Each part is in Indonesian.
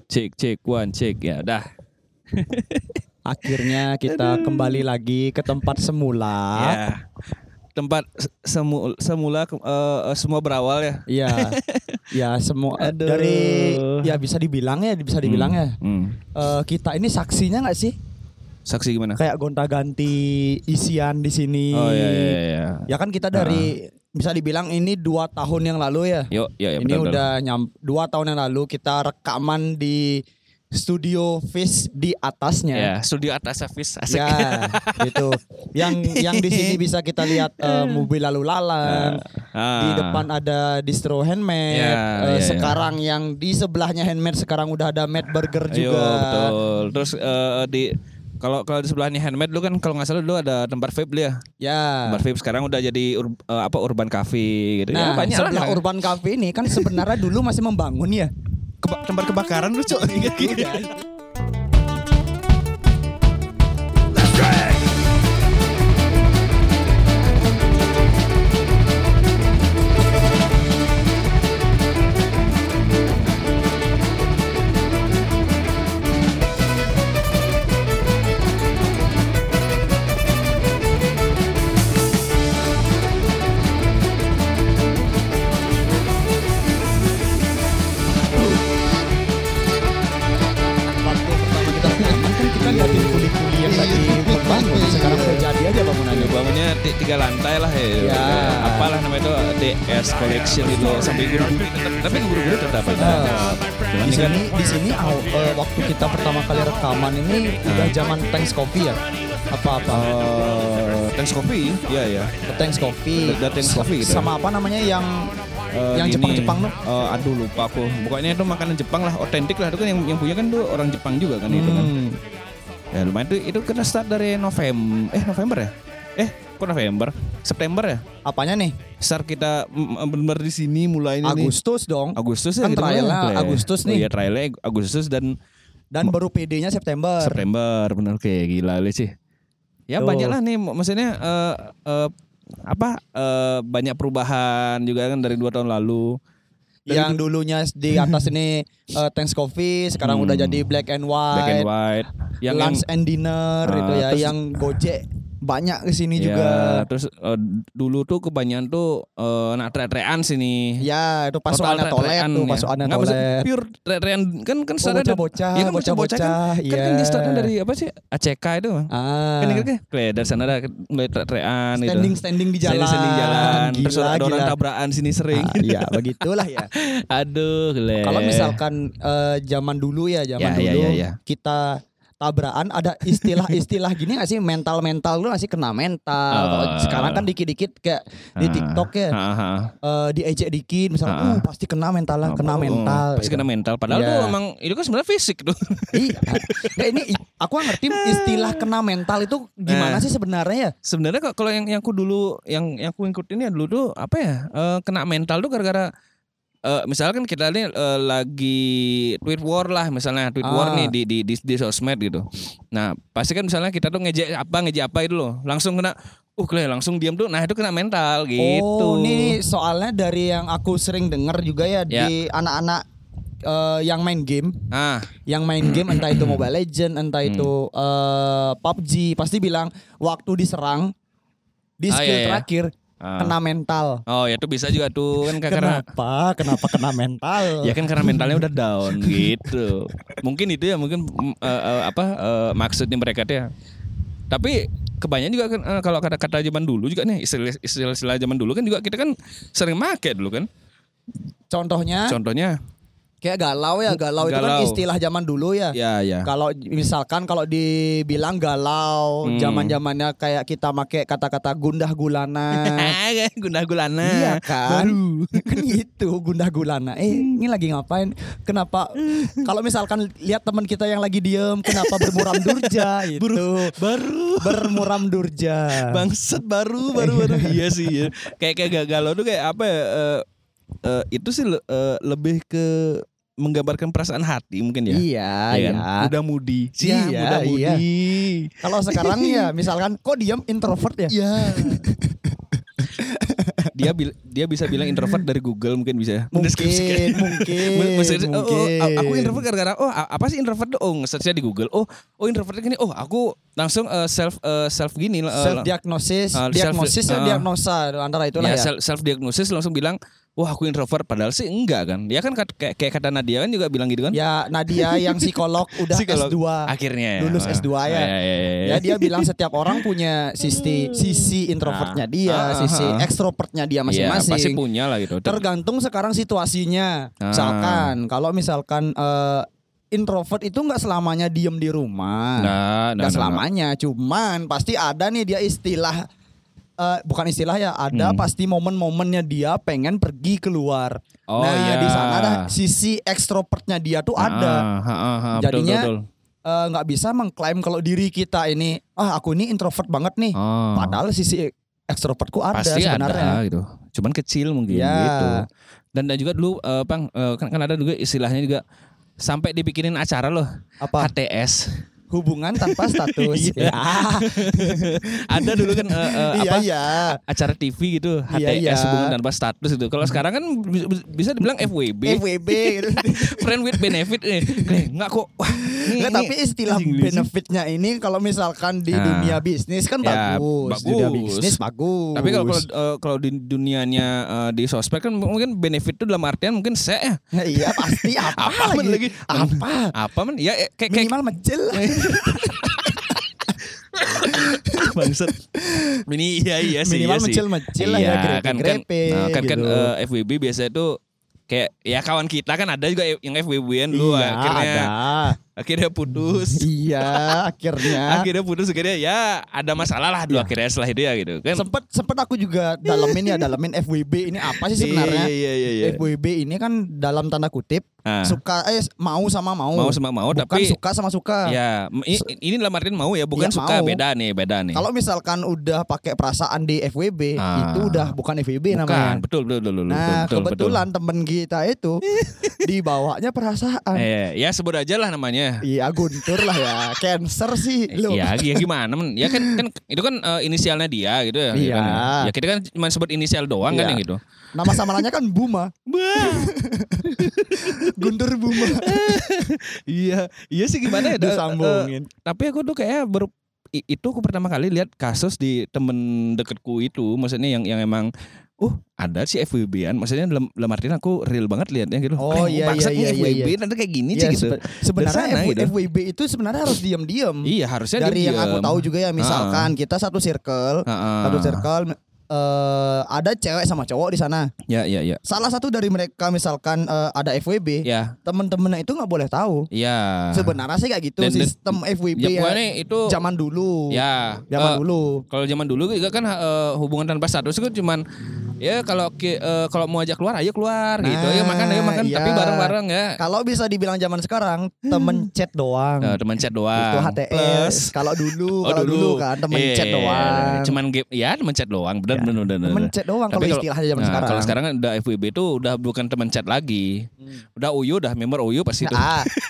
Cek one cek ya udah. Akhirnya kita kembali lagi ke tempat semula. Ya. Tempat semula semua berawal ya. Iya. Ya semua Aduh. dari ya bisa dibilang ya. Kita ini saksinya nggak sih? Saksi gimana? Kayak gonta-ganti isian di sini. Oh iya. Ya kan kita dari bisa dibilang ini 2 tahun yang lalu ya. Ya, ini betul. udah 2 tahun yang lalu kita rekaman di studio Fish di atasnya. Ya, studio atas Fish asik. Ya, gitu. Yang di sini bisa kita lihat mobil lalu lalang. Di depan ada distro handmade. Sekarang yang di sebelahnya handmade sekarang udah ada Mad Burger juga. Betul. Terus kalau di sebelahnya handmade lu kan kalau nggak salah dulu ada tempat vape ya. Ya. Tempat vape sekarang udah jadi urban cafe gitu. Nah, ya, banyak sebelah lah. urban cafe ini kan sebenarnya dulu masih membangun ya. Tempat kebakaran lucu gitu. Bangunnya 3 lantai lah ya. Apalah namanya itu DS Collection itu sampai guru-guru tapi guru-guru tetap ada. Di sini waktu kita pertama kali rekaman ini udah zaman Thanks Coffee ya. Thanks Coffee? Iya. Thanks Coffee. Thanks Coffee gitu. Sama apa namanya yang Jepang tuh? Aduh lupa aku. Pokoknya itu makanan Jepang lah, otentik lah. Itu kan yang punya kan tuh orang Jepang juga kan itu kan. Ya lumayan itu kita start dari November ya? Kok November? September ya? Apanya nih? Start kita benar di sini mulai ini. Agustus dong. Agustus ya kan gitu trialnya Agustus nih. Oh iya trialnya Agustus dan baru PD-nya September. Bener kayak gila sih. Ya banyak lah nih maksudnya banyak perubahan juga kan dari 2 tahun lalu. Yang dulunya di atas ini Thanks Coffee sekarang udah jadi Black and White. Yang lunch and dinner itu ya, yang Gojek banyak kesini juga. Terus dulu tuh kebanyakan tuh nak teriak-teriakan sini. Ya itu pasukannya toilet tuh, pasukannya toilet. Pure teriak-teriakan kan startnya bocah-bocah. Iya kan bocah-bocah kan. Iya. Kan dia startnya dari apa sih? ACK itu Bang. Kan dari sana ada mulai teriak-teriakan gitu. Standing di jalan. Gila, terus ada orang tabrakan sini sering. Iya, begitulah ya. Aduh, kalau misalkan zaman dulu kita tabrakan ada istilah gini gak sih, mental lu gak sih, kena mental. Sekarang kan dikit-dikit kayak di TikTok ya diejek dikit misalnya pasti kena mental. Pasti kena mental padahal tuh emang itu kan sebenarnya fisik tuh. Iya. Nah, ini aku ngerti istilah kena mental itu gimana sih sebenarnya ya? Sebenarnya kalau yang aku dulu yang aku ikutin ya dulu tuh apa ya, kena mental tuh gara-gara misalkan kita ini lagi tweet war lah, misalnya tweet war nih di sosmed gitu. Nah pasti kan misalnya kita tuh ngejek apa itu loh, langsung kena langsung diam tuh. Nah itu kena mental gitu. Ini soalnya dari yang aku sering dengar juga ya di anak-anak yang main game. Yang main game entah itu Mobile Legend, entah itu PUBG, pasti bilang waktu diserang di skill terakhir kena mental. Oh ya itu bisa juga tuh kan Kenapa kena mental? Ya kan karena mentalnya udah down gitu. Mungkin itu ya maksudnya mereka tuh ya. Tapi kebanyakan juga kan kalau kata-kata zaman dulu juga nih, istilah zaman dulu kan juga kita kan sering make dulu kan. Contohnya kayak galau itu kan istilah zaman dulu ya. Iya. Kalau misalkan dibilang galau, zaman-zamannya kayak kita make kata-kata gundah gulana. Gundah gulana. Iya kan? Baru. Kan gitu, gundah gulana. Ini lagi ngapain? Kenapa? Kalau misalkan lihat teman kita yang lagi diem, kenapa bermuram durja gitu. Bermuram durja. Bangsat baru. Iya sih ya. Kayak galau tuh kayak apa ya? Itu sih lebih ke menggambarkan perasaan hati mungkin ya. Iya. Muda mudi. Iya. Kalau sekarang ya misalkan kok diam, introvert ya? Iya. dia bisa bilang introvert dari Google mungkin bisa. Mungkin. Aku introvert gara-gara apa sih introvert? Nge-search-nya di Google. Introvert gini. Aku langsung self gini self diagnosis, diagnosa antara itulah ya. Self diagnosis langsung bilang, "Wah, aku introvert." Padahal sih enggak kan. Dia kan kayak kata Nadia kan juga bilang gitu kan. Ya, Nadia yang psikolog udah S2. Akhirnya. Lulus S2 ya. Ya, dia bilang setiap orang punya sisi introvertnya dia, sisi ekstrovertnya dia masing-masing. Pasti punya lah gitu. Tergantung sekarang situasinya. Kalau misalkan introvert itu nggak selamanya diem di rumah, nggak selamanya. Cuman pasti ada nih dia istilah, bukan istilah ya, ada pasti momen-momennya dia pengen pergi keluar. Di sana ada sisi ekstrovertnya dia tuh ada. Jadinya nggak bisa mengklaim kalau diri kita ini, aku ini introvert banget nih. Padahal sisi ekstrovertku ada pasti sebenarnya. ada gitu. Cuman kecil mungkin gitu. Dan juga dulu kan ada juga istilahnya juga. Sampai dibikinin acara loh. Apa? HTS. Hubungan tanpa status. Ada dulu kan acara TV gitu, HTS hubungan tanpa status itu. Kalau sekarang kan bisa dibilang FWB gitu. Friend with benefit enggak kok. Tapi istilah benefitnya ini kalau misalkan di dunia bisnis kan bagus. Dunia bisnis bagus. Tapi kalau di dunianya di sosmed kan mungkin benefit itu dalam artian mungkin saya. Iya pasti apa lagi? Apa men? Ya kayak minimal mecil. Bangsat. Iya sih. Minimal mecil lah ya, grepe kan FWB biasa itu kayak ya kawan kita kan ada juga yang FWB-an dulu akhirnya putus. Akhirnya putus ya ada masalah lah dulu akhirnya setelah itu ya gitu kan. Sempet aku juga dalamin FWB ini apa sih sebenarnya. FWB ini kan dalam tanda kutip suka mau sama mau bukan tapi suka sama suka. Ya, ini dalam artian mau ya, bukan suka, beda nih. Kalau misalkan udah pakai perasaan di FWB itu udah bukan FWB namanya. Betul. Kebetulan temen kita itu dibawanya perasaan. Ya sebut aja lah namanya. Iya, Guntur lah ya. Cancer sih lu. Ya gimana men? Ya kan itu kan inisialnya dia gitu ya. Iya. Ya kita kan cuma sebut inisial doang kan yang gitu. Nama samarannya kan Buma. Guntur Buma. Iya sih gimana ya? Disambungin. Tapi aku tuh kayak itu aku pertama kali lihat kasus di temen deketku itu, maksudnya yang emang ada sih FWB-an, maksudnya dalam artian aku real banget lihatnya gitu. FWB nanti kayak gini sih gitu. Sebenarnya FWB itu sebenarnya harus diam-diam. Iya, harusnya dari yang aku tahu juga ya, misalkan kita satu circle, ada cewek sama cowok di sana. Ya. Salah satu dari mereka misalkan ada FWB, temen-temennya itu nggak boleh tahu. Iya. Sebenarnya sih kayak gitu sistem FWB itu zaman dulu. Ya. Dulu. Kalau zaman dulu juga kan hubungan tanpa status itu cuman ya kalau mau ajak keluar ayo keluar gitu. Ayo makan tapi bareng-bareng ya. Kalau bisa dibilang zaman sekarang temen chat doang. Temen chat doang. Itu HTS. Kalau dulu kan temen chat doang. Cuman temen chat doang. Benar. Temen chat doang kalau istilahnya zaman sekarang. Kalau sekarang kan udah FWB itu udah bukan temen chat lagi. Udah udah member Uyu pasti itu.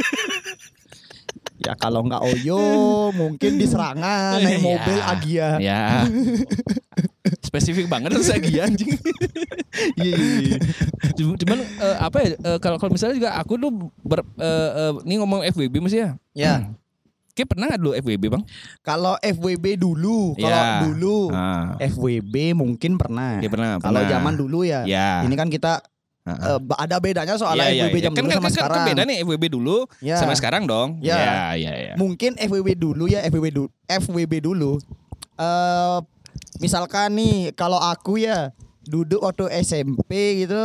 Ya kalau nggak Oyo mungkin diserangan naik mobil Agia. Ya. Spesifik banget terus Agia anjing. Iya. Cuman apa ya kalau misalnya juga aku tuh ini ngomong FWB mesti ya. Ya. Kayak pernah nggak dulu FWB bang? Kalau FWB dulu, FWB mungkin pernah. Ya, pernah. Kalau zaman dulu ya. Ini kan kita ada bedanya soalnya FWB zaman dulu sama sekarang. Kan beda nih FWB dulu sama sekarang dong. Ya. Mungkin FWB dulu ya FWB dulu. Misalkan nih kalau aku ya duduk waktu SMP gitu,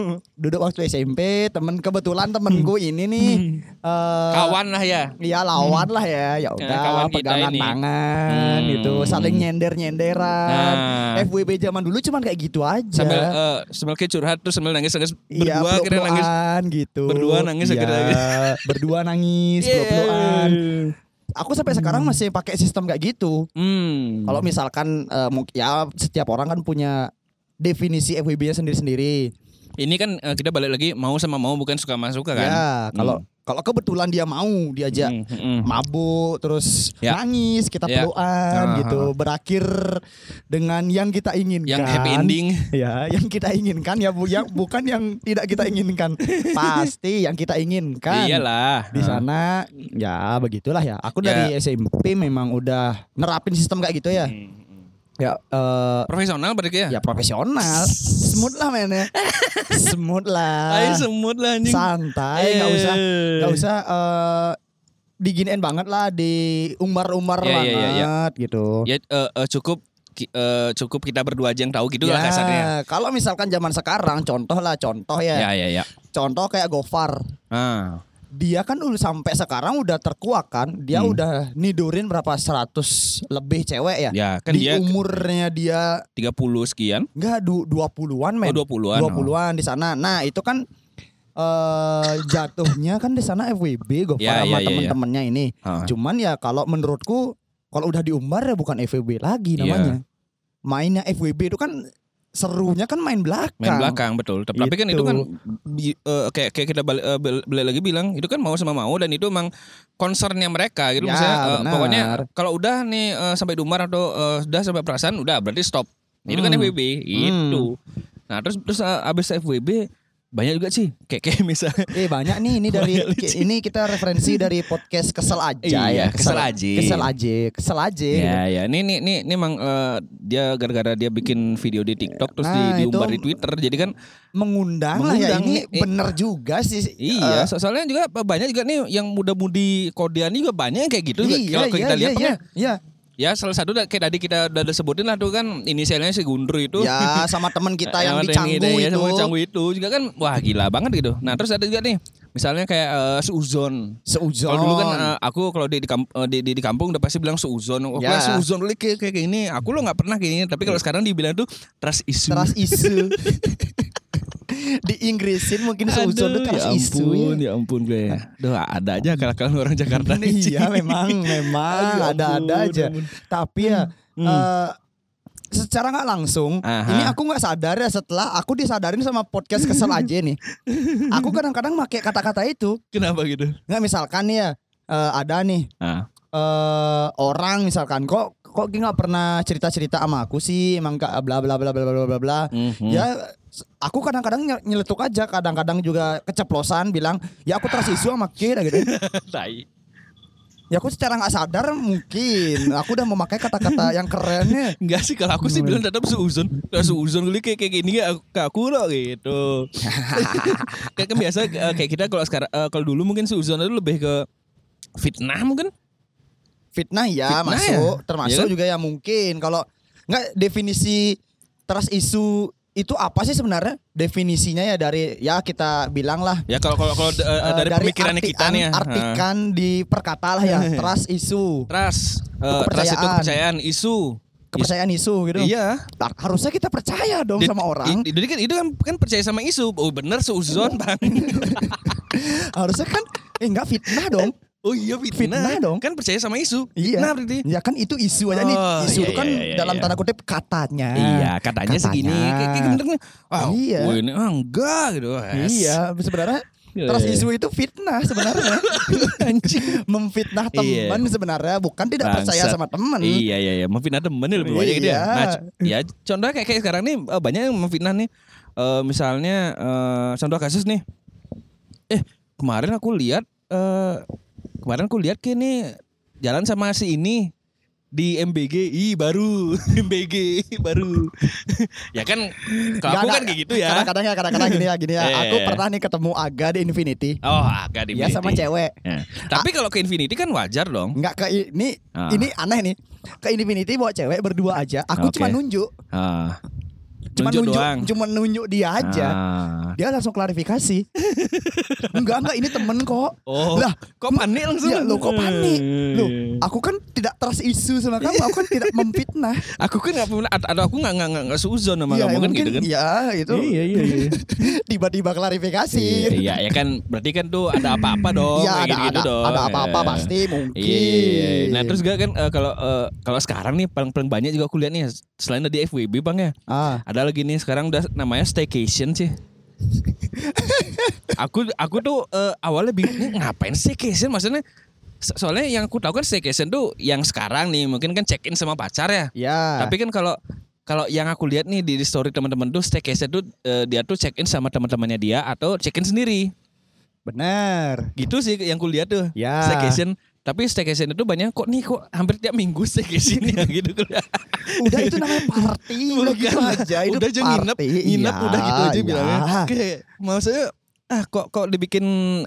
kebetulan temenku ini nih kawan lah ya. Iya lawan lah ya. Ya udah pegangan tangan gitu, saling nyenderan. FWB zaman dulu cuman kayak gitu aja. Sambil kayak curhat terus sambil nangis berdua kira nangis gitu. Berdua nangis berdua nangis peluk-pelukan. Aku sampai sekarang masih pakai sistem kayak gitu. Kalau misalkan ya setiap orang kan punya definisi FWB-nya sendiri-sendiri. Ini kan kita balik lagi mau sama mau bukan suka sama suka kan? Ya, Kalau kebetulan dia mau diajak mabuk terus nangis, kita pelukan gitu, berakhir dengan yang kita inginkan. Yang happy ending. Ya, yang kita inginkan ya bukan yang tidak kita inginkan. Pasti yang kita inginkan. Iyalah. Di sana ya begitulah ya. Aku dari SMP memang udah nerapin sistem kayak gitu ya. Ya profesional berarti ya? Ya profesional. Smooth lah mainnya. Smooth lah. Ayo semut lah anjing. Santai, enggak usah diginiin banget lah, diumbar-umbar banget gitu. Ya cukup kita berdua aja yang tahu gitu lah kasarnya. Kalau misalkan zaman sekarang contoh ya. Ya. Contoh kayak Gofar. Dia kan udah sampai sekarang udah terkuak kan. Dia udah nidurin berapa 100 lebih cewek ya. Ya kan di dia umurnya dia 30 sekian. Enggak 20-an men. 20-an di sana. Nah, itu kan jatuhnya kan di sana FWB Gofar sama temen-temennya ini. Cuman ya kalau menurutku kalau udah diumbar ya bukan FWB lagi namanya. Mainnya FWB itu kan serunya kan main belakang betul. Tapi kan itu kan kayak kita balik lagi bilang itu kan mau sama mau dan itu emang concernnya mereka gitu. Misalnya pokoknya kalau udah nih sampai diumbar atau sudah sampai perasaan udah berarti stop. Itu kan FWB itu. Nah terus abis FWB banyak juga sih kayak misalnya banyak nih ini dari ini kita referensi dari podcast Kesel Aja Kesel aja ya ini emang dia gara-gara dia bikin video di TikTok terus diumbar di Twitter jadi kan mengundang lah ya ini bener juga sih. Iya soalnya juga banyak juga nih yang muda-mudi kodean juga banyak yang kayak gitu kalau kita lihat ya salah satu kayak tadi kita udah sebutin lah tuh kan inisialnya si Gundru itu. Ya sama teman kita yang di Canggu itu. Sama Canggu itu juga kan wah gila banget gitu. Nah terus ada juga nih misalnya kayak Seuzon. Kalau dulu kan aku kalau di kampung udah pasti bilang Seuzon. Oh Seuzon dulu kayak gini. Aku lo nggak pernah kayak gini. Tapi kalau sekarang dibilang tuh trust issue. Di Inggrisin mungkin Seuzon itu trust issue. Ya ampun gue. Duh ada aja akal-akalan orang Jakarta nih. Iya memang ada aja. Tapi ya secara nggak langsung ini aku nggak sadar ya setelah aku disadarin sama podcast Kesel Aja nih. Aku kadang-kadang pakai kata-kata itu. Kenapa gitu? Nggak misalkan nih ya ada nih orang misalkan kok nggak pernah cerita sama aku sih emang bla bla bla bla bla bla bla. Ya aku kadang-kadang nyeletuk aja, kadang-kadang juga keceplosan bilang ya aku trust issue sama kira gitu. Ya aku secara nggak sadar mungkin aku udah memakai kata-kata yang kerennya. Enggak sih kalau aku sih bilang tetap Seuzon dulu kayak gini ke aku loh gitu. Kayak biasa kayak kita kalau sekarang kalau dulu mungkin Seuzon itu lebih ke fitnah mungkin. Fitnah masuk ya? Termasuk ya kan? Juga ya mungkin kalau nggak definisi trust issue itu apa sih sebenarnya definisinya ya dari ya kita bilang lah ya kalau dari pemikirannya kita nih ya artikan di perkata lah ya trust issue trust itu kepercayaan isu gitu. Iya. Harusnya kita percaya dong sama orang. Jadi kan itu kan percaya sama isu. Oh bener Seuzon bang. Harusnya kan enggak fitnah dong. Oh iya fitnah dong. Kan percaya sama isu. Iya. Fitnah berarti. Ya kan itu isu aja nih. Isu itu kan dalam tanda kutip katanya. Iya katanya segini. Kayak bener. Iya. Ini enggak gitu. Iya sebenarnya. Trust isu itu fitnah sebenarnya. Memfitnah teman sebenarnya bukan tidak percaya sama teman. Iya memfitnah teman lebih banyak gitu ya. Nah, ya contohnya kayak sekarang nih banyak yang memfitnah nih. Misalnya contoh kasus nih. Kemarin aku lihat kayak nih jalan sama si ini di MBG baru MBG baru ya kan kalau aku kan kayak gitu ya kadang-kadang gini ya aku pernah nih ketemu Aga di Infinity. Aga di Infinity ya sama cewek tapi kalau ke Infinity kan wajar dong. Nggak ke ini aneh nih ke Infinity bawa cewek berdua aja aku cuma nunjuk Cuma nunjuk dia aja. Dia langsung klarifikasi. Enggak ini temen kok. Lah, kok panik langsung? Ya lo kok panik? Lo, aku kan tidak trust isu sama kamu, aku kan tidak memfitnah. Aku kan enggak pernah atau aku enggak seuzon sama kamu kan gitu kan. Iya, itu. Iya. Tiba-tiba klarifikasi. Iya, ya kan berarti kan tuh ada apa-apa dong. Iya, ada apa-apa pasti mungkin. Iya. Nah, terus juga kan kalau sekarang nih paling banyak juga aku lihat nih selain dari FWB Bang ya. Ada lagi nih sekarang udah namanya staycation sih. Aku tuh awalnya bingung ngapain staycation, maksudnya soalnya yang aku tahu kan staycation tuh yang sekarang nih mungkin kan check in sama pacar ya. Tapi kan kalau yang aku lihat nih di story teman-teman tuh staycation tuh dia tuh check in sama teman-temannya dia atau check in sendiri. Benar. Gitu sih yang aku lihat tuh. Staycation. Tapi staycation itu banyak kok hampir tiap minggu staycation ya gitu. Udah itu namanya party, udah gitu aja. Itu udah aja nginep udah gitu aja bilangnya. Kayak maksudnya kok dibikin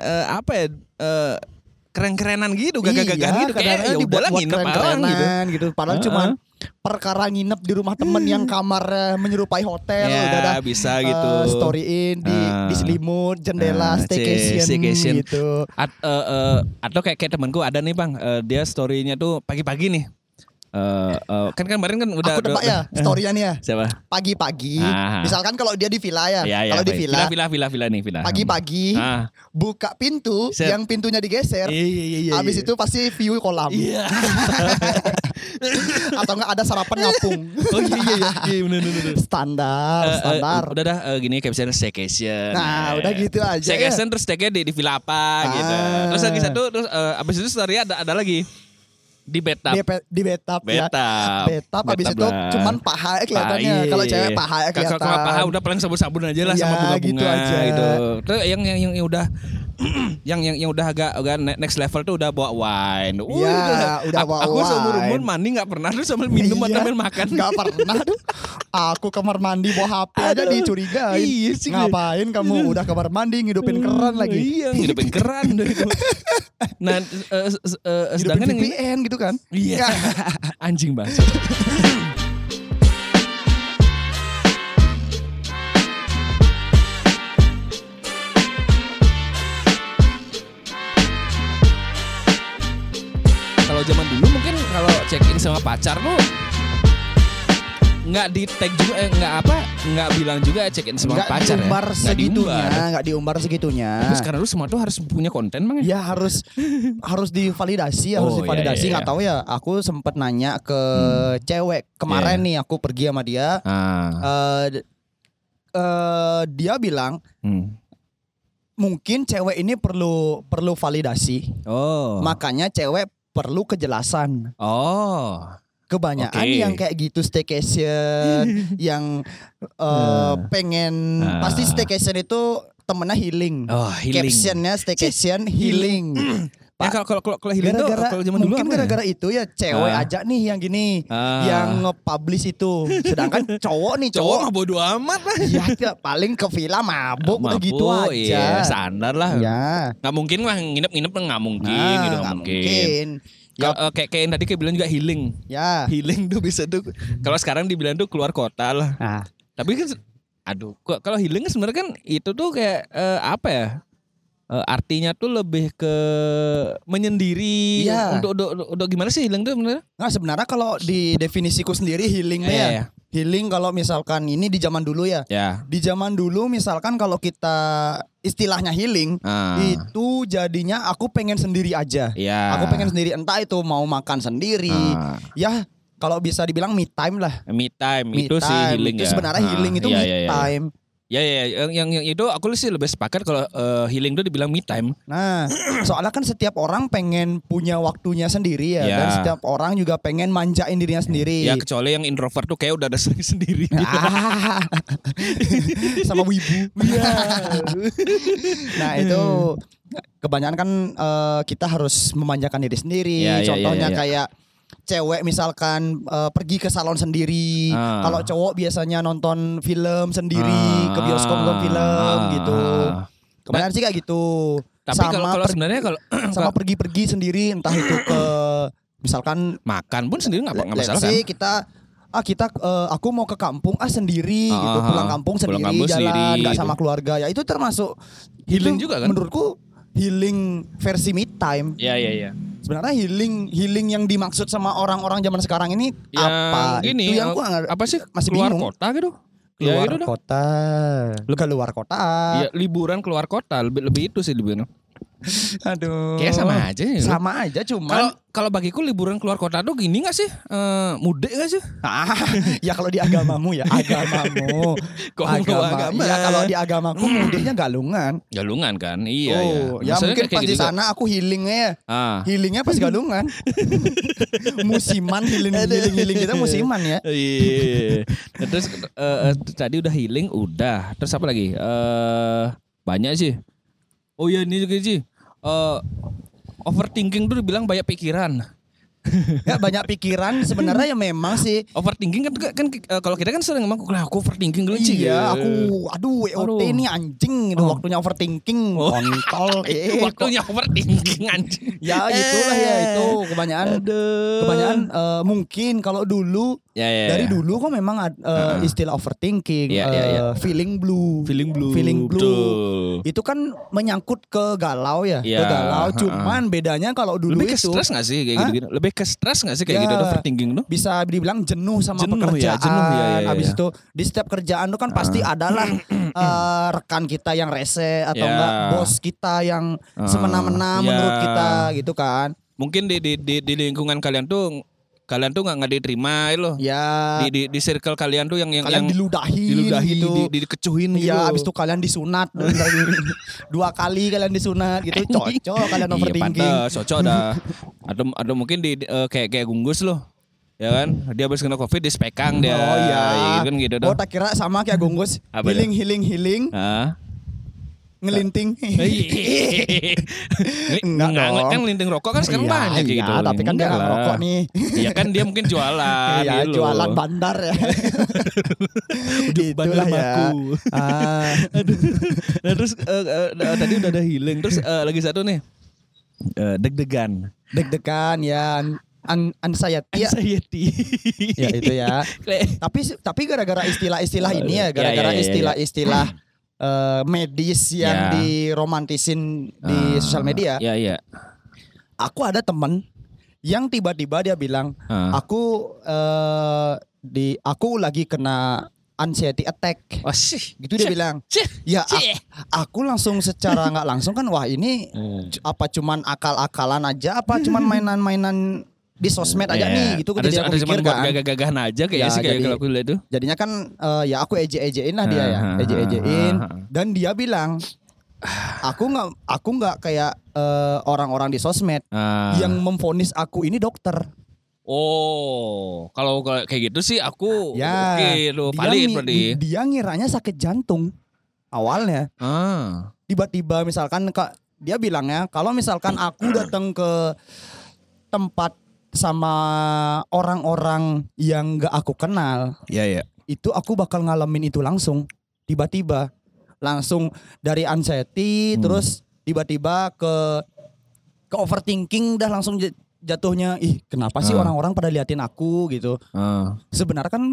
keren-kerenan gitu, gagah-gagahan gitu kayak ya udahlah nginep gitu. Padahal cuma perkara nginep di rumah temen yang kamar menyerupai hotel, udah bisa gitu. Storyin di selimut, jendela, staycation gitu. Atau kayak temanku ada nih Bang, dia story-nya tuh pagi-pagi nih. Kan kemarin kan udah. Aku tebak ya story-nya nih ya. Siapa? Pagi-pagi. Misalkan kalau dia di villa ya. Kalau di villa. Villa nih. Pagi-pagi buka pintu, yang pintunya digeser. Habis itu pasti view kolam. Iya. Atau enggak ada sarapan ngapung. Oh iya benar. Standar. Udah dah gini caption staycation. Nah, udah gitu aja. Staycation terus stay di villa apa gitu. Terus lagi satu terus abis itu story ada lagi. Di bathtub. Di bathtub ya. Bathtub abis itu cuman paha kelihatannya. Kalau cewek paha kelihatan. Kalau paha udah paling sabun-sabun aja lah sama bunga-bunga gitu aja. Gitu. Terus yang udah yang udah agak next level tuh udah bawa wine. Udah bawa aku wine. seumur umur mandi enggak pernah tuh sambil minum atau sambil makan. Enggak pernah tuh. Aku kamar mandi bawa HP aja dicurigain. Iya sih. Ngapain kamu udah kamar mandi ngidupin keran lagi? Iya, ngidupin keran itu. Nah, sedangkan yang VPN gitu kan? Iya. Anjing banget. Kalau zaman dulu mungkin kalau check in sama pacar lu nggak di tag juga nggak bilang juga check in sama pacar nggak diumbar segitunya. Tapi sekarang lu semua tuh harus punya konten Bang ya. harus divalidasi nggak tahu ya. Aku sempet nanya ke cewek kemarin nih, aku pergi sama dia. Dia bilang mungkin cewek ini perlu validasi. Makanya cewek perlu kejelasan. Kebanyakan yang kayak gitu staycation yang pengen pasti staycation itu temennya healing. Captionnya staycation healing. Ya kalau healing tuh kalau zaman dulu mungkin gara-gara itu ya cewek aja nih yang gini yang nge-publish itu. Sedangkan cowok mah bodo amat lah. Ya paling ke villa mabuk udah gitu aja. Iya, standar lah. Ya. Nggak mungkin lah nginep nggak mungkin gitu nggak mungkin. Kayak tadi bilang juga healing. Ya. Healing tuh bisa tuh. Kalau sekarang dibilang tuh keluar kota lah. Tapi kan kalau healing sebenarnya kan itu tuh kayak apa ya? Artinya tuh lebih ke menyendiri. Untuk gimana sih healing tuh sebenarnya? Nah, sebenarnya kalau di definisiku sendiri healingnya healing kalau misalkan ini di zaman dulu ya. Di zaman dulu misalkan kalau kita istilahnya healing itu jadinya aku pengen sendiri aja. Aku pengen sendiri, entah itu mau makan sendiri. Ya kalau bisa dibilang me time lah. Me time itu sih healing itu sebenarnya healing itu me time. Ya, yang itu aku sih lebih sepakat kalau healing itu dibilang me time. Nah, soalnya kan setiap orang pengen punya waktunya sendiri ya, dan setiap orang juga pengen manjain dirinya sendiri. Ya, kecuali yang introvert tuh kayak udah ada sendiri. Sama wibu. Nah, itu kebanyakan kan kita harus memanjakan diri sendiri. Contohnya kayak cewek misalkan pergi ke salon sendiri. Kalau cowok biasanya nonton film sendiri, ke bioskop nonton film gitu. Kebanyakan sih kayak gitu. Tapi kalau sebenarnya kalau sama pergi-pergi sendiri, entah itu ke misalkan makan pun sendiri nggak masalah kan? Aku mau ke kampung sendiri gitu, pulang kampung sendiri, jalan nggak sama keluarga. Ya itu termasuk healing itu juga kan? Menurutku healing versi me time. Iya. Sebenarnya healing yang dimaksud sama orang-orang zaman sekarang ini apa? Gini, itu yang gua apa sih? Masih keluar bingung. Kota gitu. Keluar kota. Keluar kota. Iya, liburan keluar kota lebih itu sih liburan. Aduh. Kayak sama aja ya. Sama aja cuman kalau bagiku liburan keluar kota tuh gini gak sih? Mudik gak sih? Ya kalau di agamamu ya agamamu. Agama. Ya kalau di agamaku mudiknya galungan. Galungan kan? Iya ya. Ya mungkin pas di sana aku healingnya. Healingnya pas galungan. Musiman healing kita musiman ya. Iya. Terus tadi udah healing udah. Terus apa lagi? Banyak sih. Oh iya ini juga sih. Overthinking tuh dibilang banyak pikiran. Ya banyak pikiran sebenarnya ya memang sih. Overthinking kan kalau kita kan sering ngomong aku overthinking dulu sih. Iya, aku WOT ini anjing itu waktunya overthinking. Kontol. Waktunya overthinking anjing. Ya gitulah ya itu kebanyakan mungkin kalau dulu dari dulu kok memang istilah overthinking, feeling blue. Itu kan menyangkut ke galau ya, ke galau. Cuman bedanya kalau dulu lebih itu ke stres nggak sih kayak gitu-gitu? Lebih ke stres nggak sih kayak gitu overthinking tuh? Bisa dibilang jenuh sama pekerjaan. Habis itu di setiap kerjaan tuh kan pasti adalah rekan kita yang rese atau enggak bos kita yang semena-mena menurut kita gitu kan. Mungkin di lingkungan kalian tuh nggak diterima loh. Ya. Di circle kalian tuh yang diludahin gitu. Dikecuhin gitu. Ya, abis itu kalian disunat 2 kali kalian disunat gitu. Cocok kalian overthinking. Iya, cocok dah. Atau mungkin kayak Gunggus loh. Ya kan? Dia habis kena Covid di spekang dia. Oh iya. Kan gitu dah. Oh, tak kira sama kayak Gunggus. Healing. Ngelinting. Enggak dong. Kan ngelinting rokok kan sekarang banyak kayak gitu. Tapi kan dia enggak rokok nih. Iya kan dia mungkin jualan. Iya, jualan bandar ya. Bandar baku. Nah, terus tadi udah ada healing. Terus lagi satu nih. Deg-degan ya. Anxiety. Ya itu ya. Tapi gara-gara istilah-istilah ini ya, gara-gara istilah-istilah medis yang diromantisin di sosial media. Iya. Aku ada teman yang tiba-tiba dia bilang, aku lagi kena anxiety attack. Oh, sih. Gitu dia bilang. Ya aku langsung secara nggak langsung kan wah ini apa cuman akal-akalan aja apa cuman mainan-mainan di sosmed aja nih gitu. Ada cuma buat gagah-gagahan aja kayaknya sih kayak kalau aku lihat itu. Jadinya kan ya aku eje-ejein lah dia ya. Eje-ejein dan dia bilang aku nggak kayak orang-orang di sosmed yang memvonis aku ini dokter. Oh, kalau kayak gitu sih aku valid berarti. Dia ngiranya sakit jantung awalnya. Tiba-tiba misalkan dia bilangnya kalau misalkan aku datang ke tempat sama orang-orang yang gak aku kenal, itu aku bakal ngalamin itu langsung, tiba-tiba, langsung dari anxiety, terus tiba-tiba ke overthinking, dah langsung jatuhnya, kenapa sih orang-orang pada liatin aku gitu. Sebenarnya kan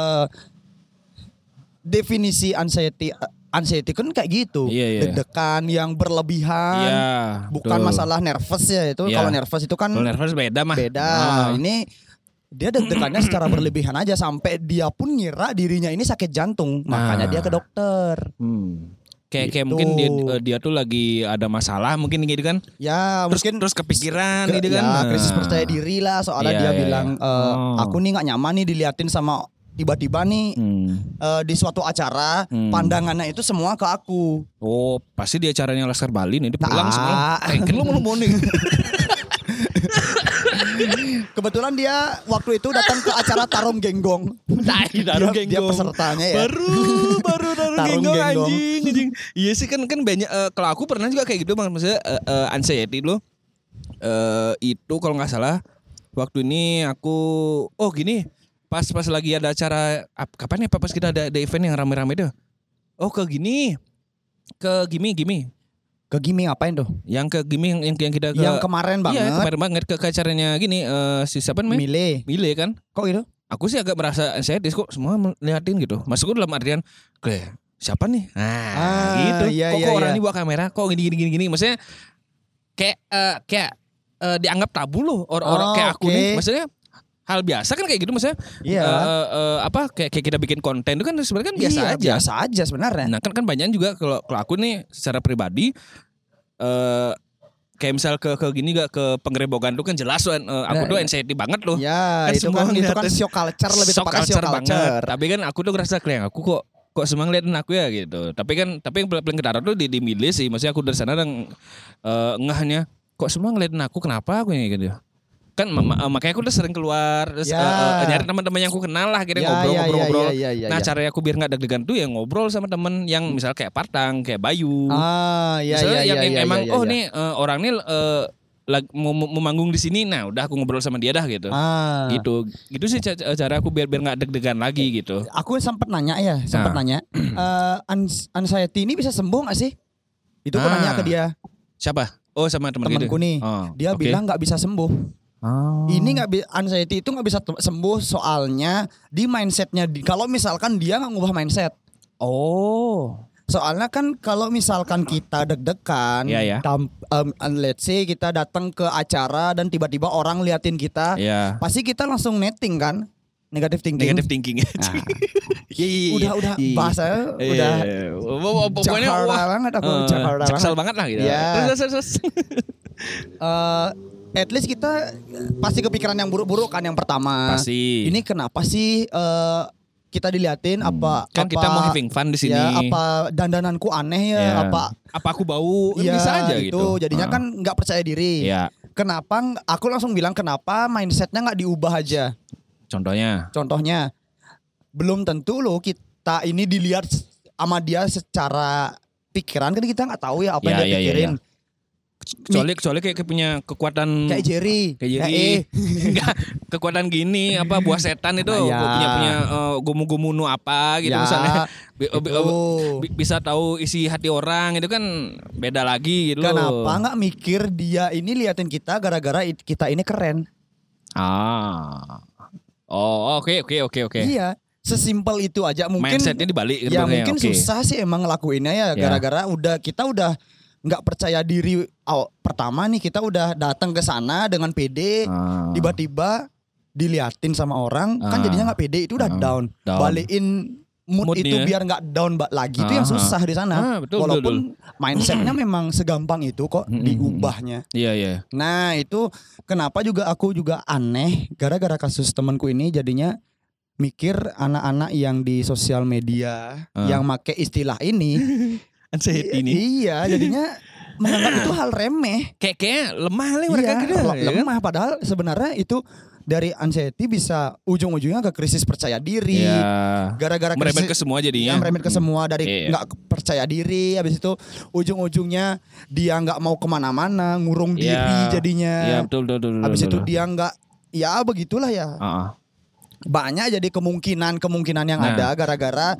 definisi anxiety kan kayak gitu, deg-degan yang berlebihan, bukan masalah nervous ya itu. Kalau nervous itu kan beda mah. Ini dia deg-degannya secara berlebihan aja sampai dia pun ngira dirinya ini sakit jantung, makanya dia ke dokter. Kayak gitu. Mungkin dia tuh lagi ada masalah mungkin gitu kan. Ya mungkin terus kepikiran gitu kan. Ya krisis percaya diri lah soalnya dia bilang aku nih gak nyaman nih diliatin sama tiba-tiba nih di suatu acara pandangannya itu semua ke aku. Oh pasti di acaranya Laskar Bali nih dia pulang semua. Lu mau nih. Kebetulan dia waktu itu datang ke acara Tarung Genggong. Dia pesertanya ya. Baru Tarung Genggong anjing. Iya sih kan banyak kalau aku pernah juga kayak gitu maksudnya anxiety lo. Itu kalau nggak salah waktu ini aku gini pas lagi ada acara kapan ya pas kita ada event yang rame-rame itu. Ke Gimi. Ke Gimi ngapain tuh? Yang ke Gimi yang kita yang kemarin banget. Iya, kemarin banget ke acaranya gini si siapa namanya? Mile kan? Kok gitu? Aku sih agak merasa anxiety kok semua ngeliatin gitu. Maksudku dalam artian kayak siapa nih? Gitu. Iya, kok orang ini bawa kamera? Kok gini? Maksudnya kayak dianggap tabu loh orang kayak aku nih. Maksudnya hal biasa kan kayak gitu maksudnya. Kayak kita bikin konten itu kan sebenarnya kan biasa aja. Biasa aja sebenarnya. Nah kan banyak juga kalau aku nih secara pribadi kayak misal ke gini gak ke penggerebogan tuh kan jelas tuh aku tuh anxiety banget loh. Ya, itu kan shock culture lebih tepatnya shock culture. Tapi kan aku tuh ngerasa kayak aku kok semang ngeliatin aku ya gitu. Tapi yang paling ketara tuh di milih sih. Maksudnya aku dari sana dan ngehnya kok semua ngeliatin aku, kenapa aku ini gitu. Kan makanya aku udah sering keluar terus nyari teman-teman yang aku kenal lah, akhirnya ngobrol. Nah, cara aku biar nggak deg-degan tuh ya ngobrol sama temen yang misal kayak Partang, kayak Bayu. Yang emang nih orang nih mau manggung di sini. Nah, udah aku ngobrol sama dia dah gitu. Gitu sih cara aku biar nggak deg-degan lagi gitu. Aku sempat nanya anxiety ini bisa sembuh nggak sih? Itu aku nanya ke dia. Siapa? Oh, sama temanku nih. Dia bilang nggak bisa sembuh. Ini anxiety itu nggak bisa sembuh soalnya di mindsetnya. Kalau misalkan dia nggak ngubah mindset. Soalnya kan kalau misalkan kita deg-degan, let's say kita datang ke acara dan tiba-tiba orang liatin kita, pasti kita langsung netting kan, negative thinking. Nah. udah bahasa udah pokoknya banget aku Jaksel banget lah gitu. At least kita pasti kepikiran yang buruk-buruk kan yang pertama. Pasti. Ini kenapa sih kita diliatin kan kita mau having fun di sini. Ya, apa dandananku aneh ya, apa aku bau bisa aja gitu. Jadinya kan nggak percaya diri. Kenapa aku langsung bilang kenapa mindsetnya nggak diubah aja? Contohnya belum tentu loh kita ini dilihat sama dia secara pikiran, kan kita nggak tahu ya apa yang dia pikirin. Kecuali kayak punya kekuatan kayak Jerry. Enggak, kekuatan gini apa buah setan itu punya gumu-gumunu apa gitu misalnya bisa tahu isi hati orang, itu kan beda lagi gitu. Kenapa nggak mikir dia ini liatin kita gara-gara kita ini keren? Oke. Iya, sesimpel itu aja. Mungkin mindsetnya dibalik. Ya mungkin susah sih emang ngelakuinnya ya gara-gara kita udah nggak percaya diri. Pertama nih kita udah datang ke sana dengan pede, tiba-tiba diliatin sama orang, kan jadinya nggak pede, itu udah down. Balikin mood itu biar nggak down lagi itu yang susah di sana. Walaupun mindsetnya memang segampang itu kok diubahnya. Iya. Nah itu kenapa aku juga aneh gara-gara kasus temanku ini, jadinya mikir anak-anak yang di sosial media yang make istilah ini. Anxiety ini. Iya, jadinya menganggap itu hal remeh. Kayak lemah lah mereka gitu. Lemah, padahal sebenarnya itu dari anxiety bisa ujung-ujungnya ke krisis percaya diri. Gara-gara merembet ke semua jadinya. Merembet ke semua, dari nggak percaya diri, habis itu ujung-ujungnya dia nggak mau kemana-mana, ngurung diri jadinya. Iya, betul. Habis itu dia nggak, ya begitulah ya. Banyak jadi kemungkinan yang ada gara-gara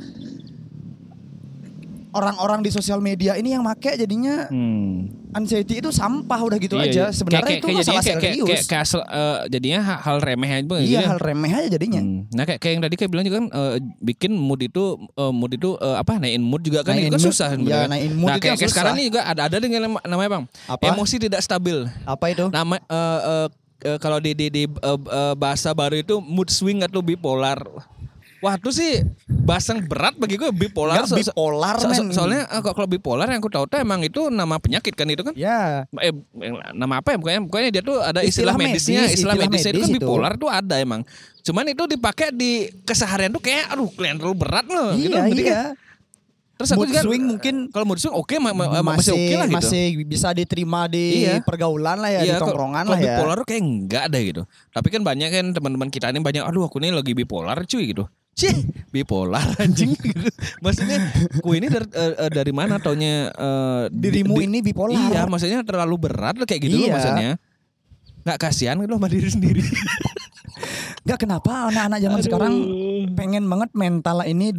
orang-orang di sosial media ini yang make, jadinya anxiety itu sampah udah gitu aja. Sebenarnya itu masalah serius. Jadinya hal remeh aja. Iya, hal remeh aja jadinya. Nah kayak yang tadi kayak bilang juga kan bikin mood itu naikin mood juga kan, itu kan susah. Iya, naikin mood itu kayak sekarang ini juga ada dengan namanya Bang. Emosi tidak stabil. Apa itu? Nama kalau di bahasa baru itu mood swing atau bipolar. Wah itu sih bahasa yang berat bagi gue, bipolar. Soalnya kalau bipolar yang aku tahu tuh emang itu nama penyakit kan itu kan? Ya. Nama apa ya? Pokoknya dia tuh ada istilah medisnya. Istilah medisnya itu kan bipolar tuh ada emang. Cuman itu dipakai di keseharian tuh kayak kelihatan terlalu berat loh. Iya. Gitu. Terus mood swing mungkin kalau mood swing masih oke lah gitu. Masih bisa diterima di pergaulan lah ya, di tongkrongan lah ya. Kalau bipolar tuh kayak enggak ada gitu. Tapi kan banyak kan teman-teman kita ini banyak, aku ini lagi bipolar cuy gitu. Bipolar anjing gitu. Maksudnya ku ini dari mana taunya dirimu ini bipolar. Iya, maksudnya terlalu berat kayak gitu loh maksudnya. Nggak kasihan gitu sama diri sendiri. Nggak, kenapa anak-anak zaman sekarang pengen banget mental ini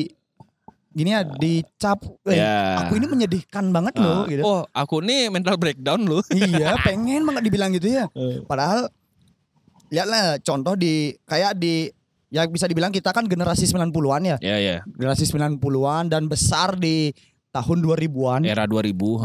dicap. Aku ini menyedihkan banget loh gitu. Aku nih mental breakdown loh. Iya, pengen banget dibilang gitu ya. Padahal lihatlah contoh ya bisa dibilang kita kan generasi 90-an ya. Iya. Generasi 90-an dan besar di tahun 2000-an. Era 2000.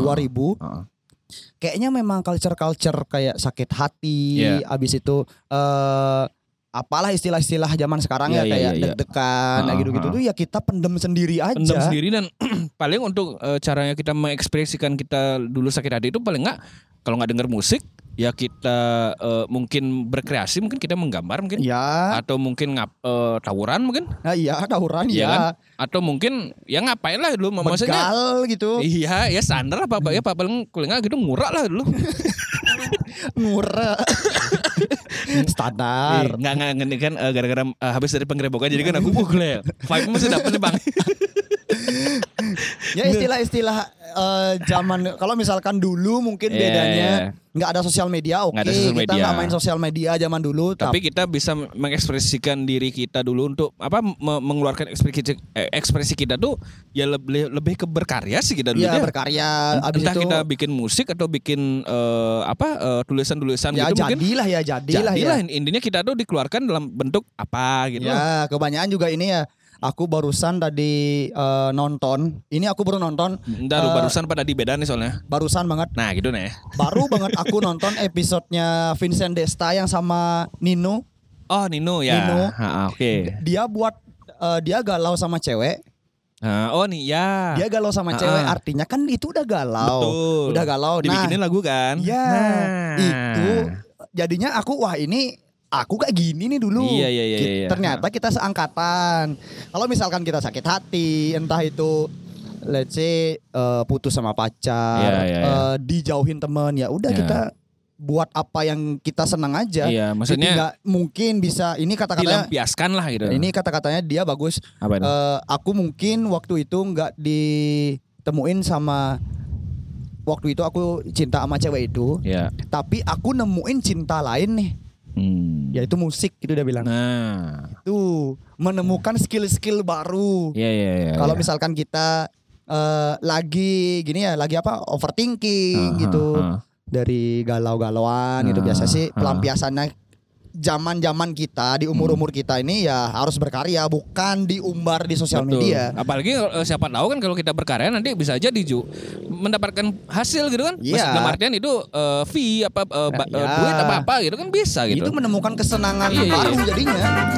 Kayaknya memang culture kayak sakit hati, abis itu apalah istilah-istilah zaman sekarang ya kayak deg-degan gitu-gitu tuh ya kita pendem sendiri aja. Pendem sendiri dan paling untuk caranya kita mengekspresikan kita dulu sakit hati itu paling enggak kalau nggak denger musik ya kita mungkin berkreasi, mungkin kita menggambar mungkin ya, atau mungkin tawuran mungkin. Nah, iya tawuran ya. Kan? Atau mungkin ya ngapain lah dulu maksudnya. Begal gitu. Iya, ya standar apa ya Pak paling kuliah gitu ngurak lah dulu. Ngurak. Standar. Enggak kan gara-gara habis dari penggerbekan jadi kan aku vibe masih dapat nih Bang. Ya istilah-istilah zaman kalau misalkan dulu mungkin bedanya nggak ada sosial media, kita nggak main sosial media zaman dulu. Tapi kita bisa mengekspresikan diri kita dulu untuk mengeluarkan ekspresi kita tuh ya lebih ke berkarya sih kita dulu. Ya berkarya. Entah itu, kita bikin musik atau bikin tulisan-tulisan ya, gitu mungkin. Jadilah ya. Intinya kita tuh dikeluarkan dalam bentuk apa gitu. Ya kebanyakan juga ini ya. Aku barusan tadi nonton. Ini aku baru nonton. Barusan pada di beda nih soalnya. Barusan banget. Nah gitu nih. Baru banget aku nonton episodenya Vincent Desta yang sama Nino. Oh Nino ya. Nino. Oke. Dia buat dia galau sama cewek. Oh nih ya. Dia galau sama cewek. Artinya kan itu udah galau. Betul. Udah galau. Dibikinin lagu kan. Ya. Itu jadinya aku aku kayak gini nih dulu. Iya. Ternyata kita seangkatan. Kalau misalkan kita sakit hati, entah itu let's say putus sama pacar, dijauhin temen, ya udah kita buat apa yang kita senang aja. Iya, maksudnya nggak mungkin bisa ini kata-katanya dilampiaskan lah gitu. Ini kata-katanya dia bagus. Aku mungkin waktu itu nggak ditemuin sama waktu itu aku cinta sama cewek itu. Tapi aku nemuin cinta lain nih. Yaitu musik gitu dia bilang. Nah, itu menemukan skill-skill baru. Kalau misalkan kita lagi gini ya, lagi overthinking gitu, dari galau-galauan gitu biasa sih pelampiasannya zaman-zaman kita di umur-umur kita ini ya harus berkarya, bukan diumbar di sosial media. Apalagi siapa tahu kan kalau kita berkarya nanti bisa aja mendapatkan hasil gitu kan. Dalam artian itu fee duit apa gitu kan bisa gitu. Itu menemukan kesenangan baru jadinya.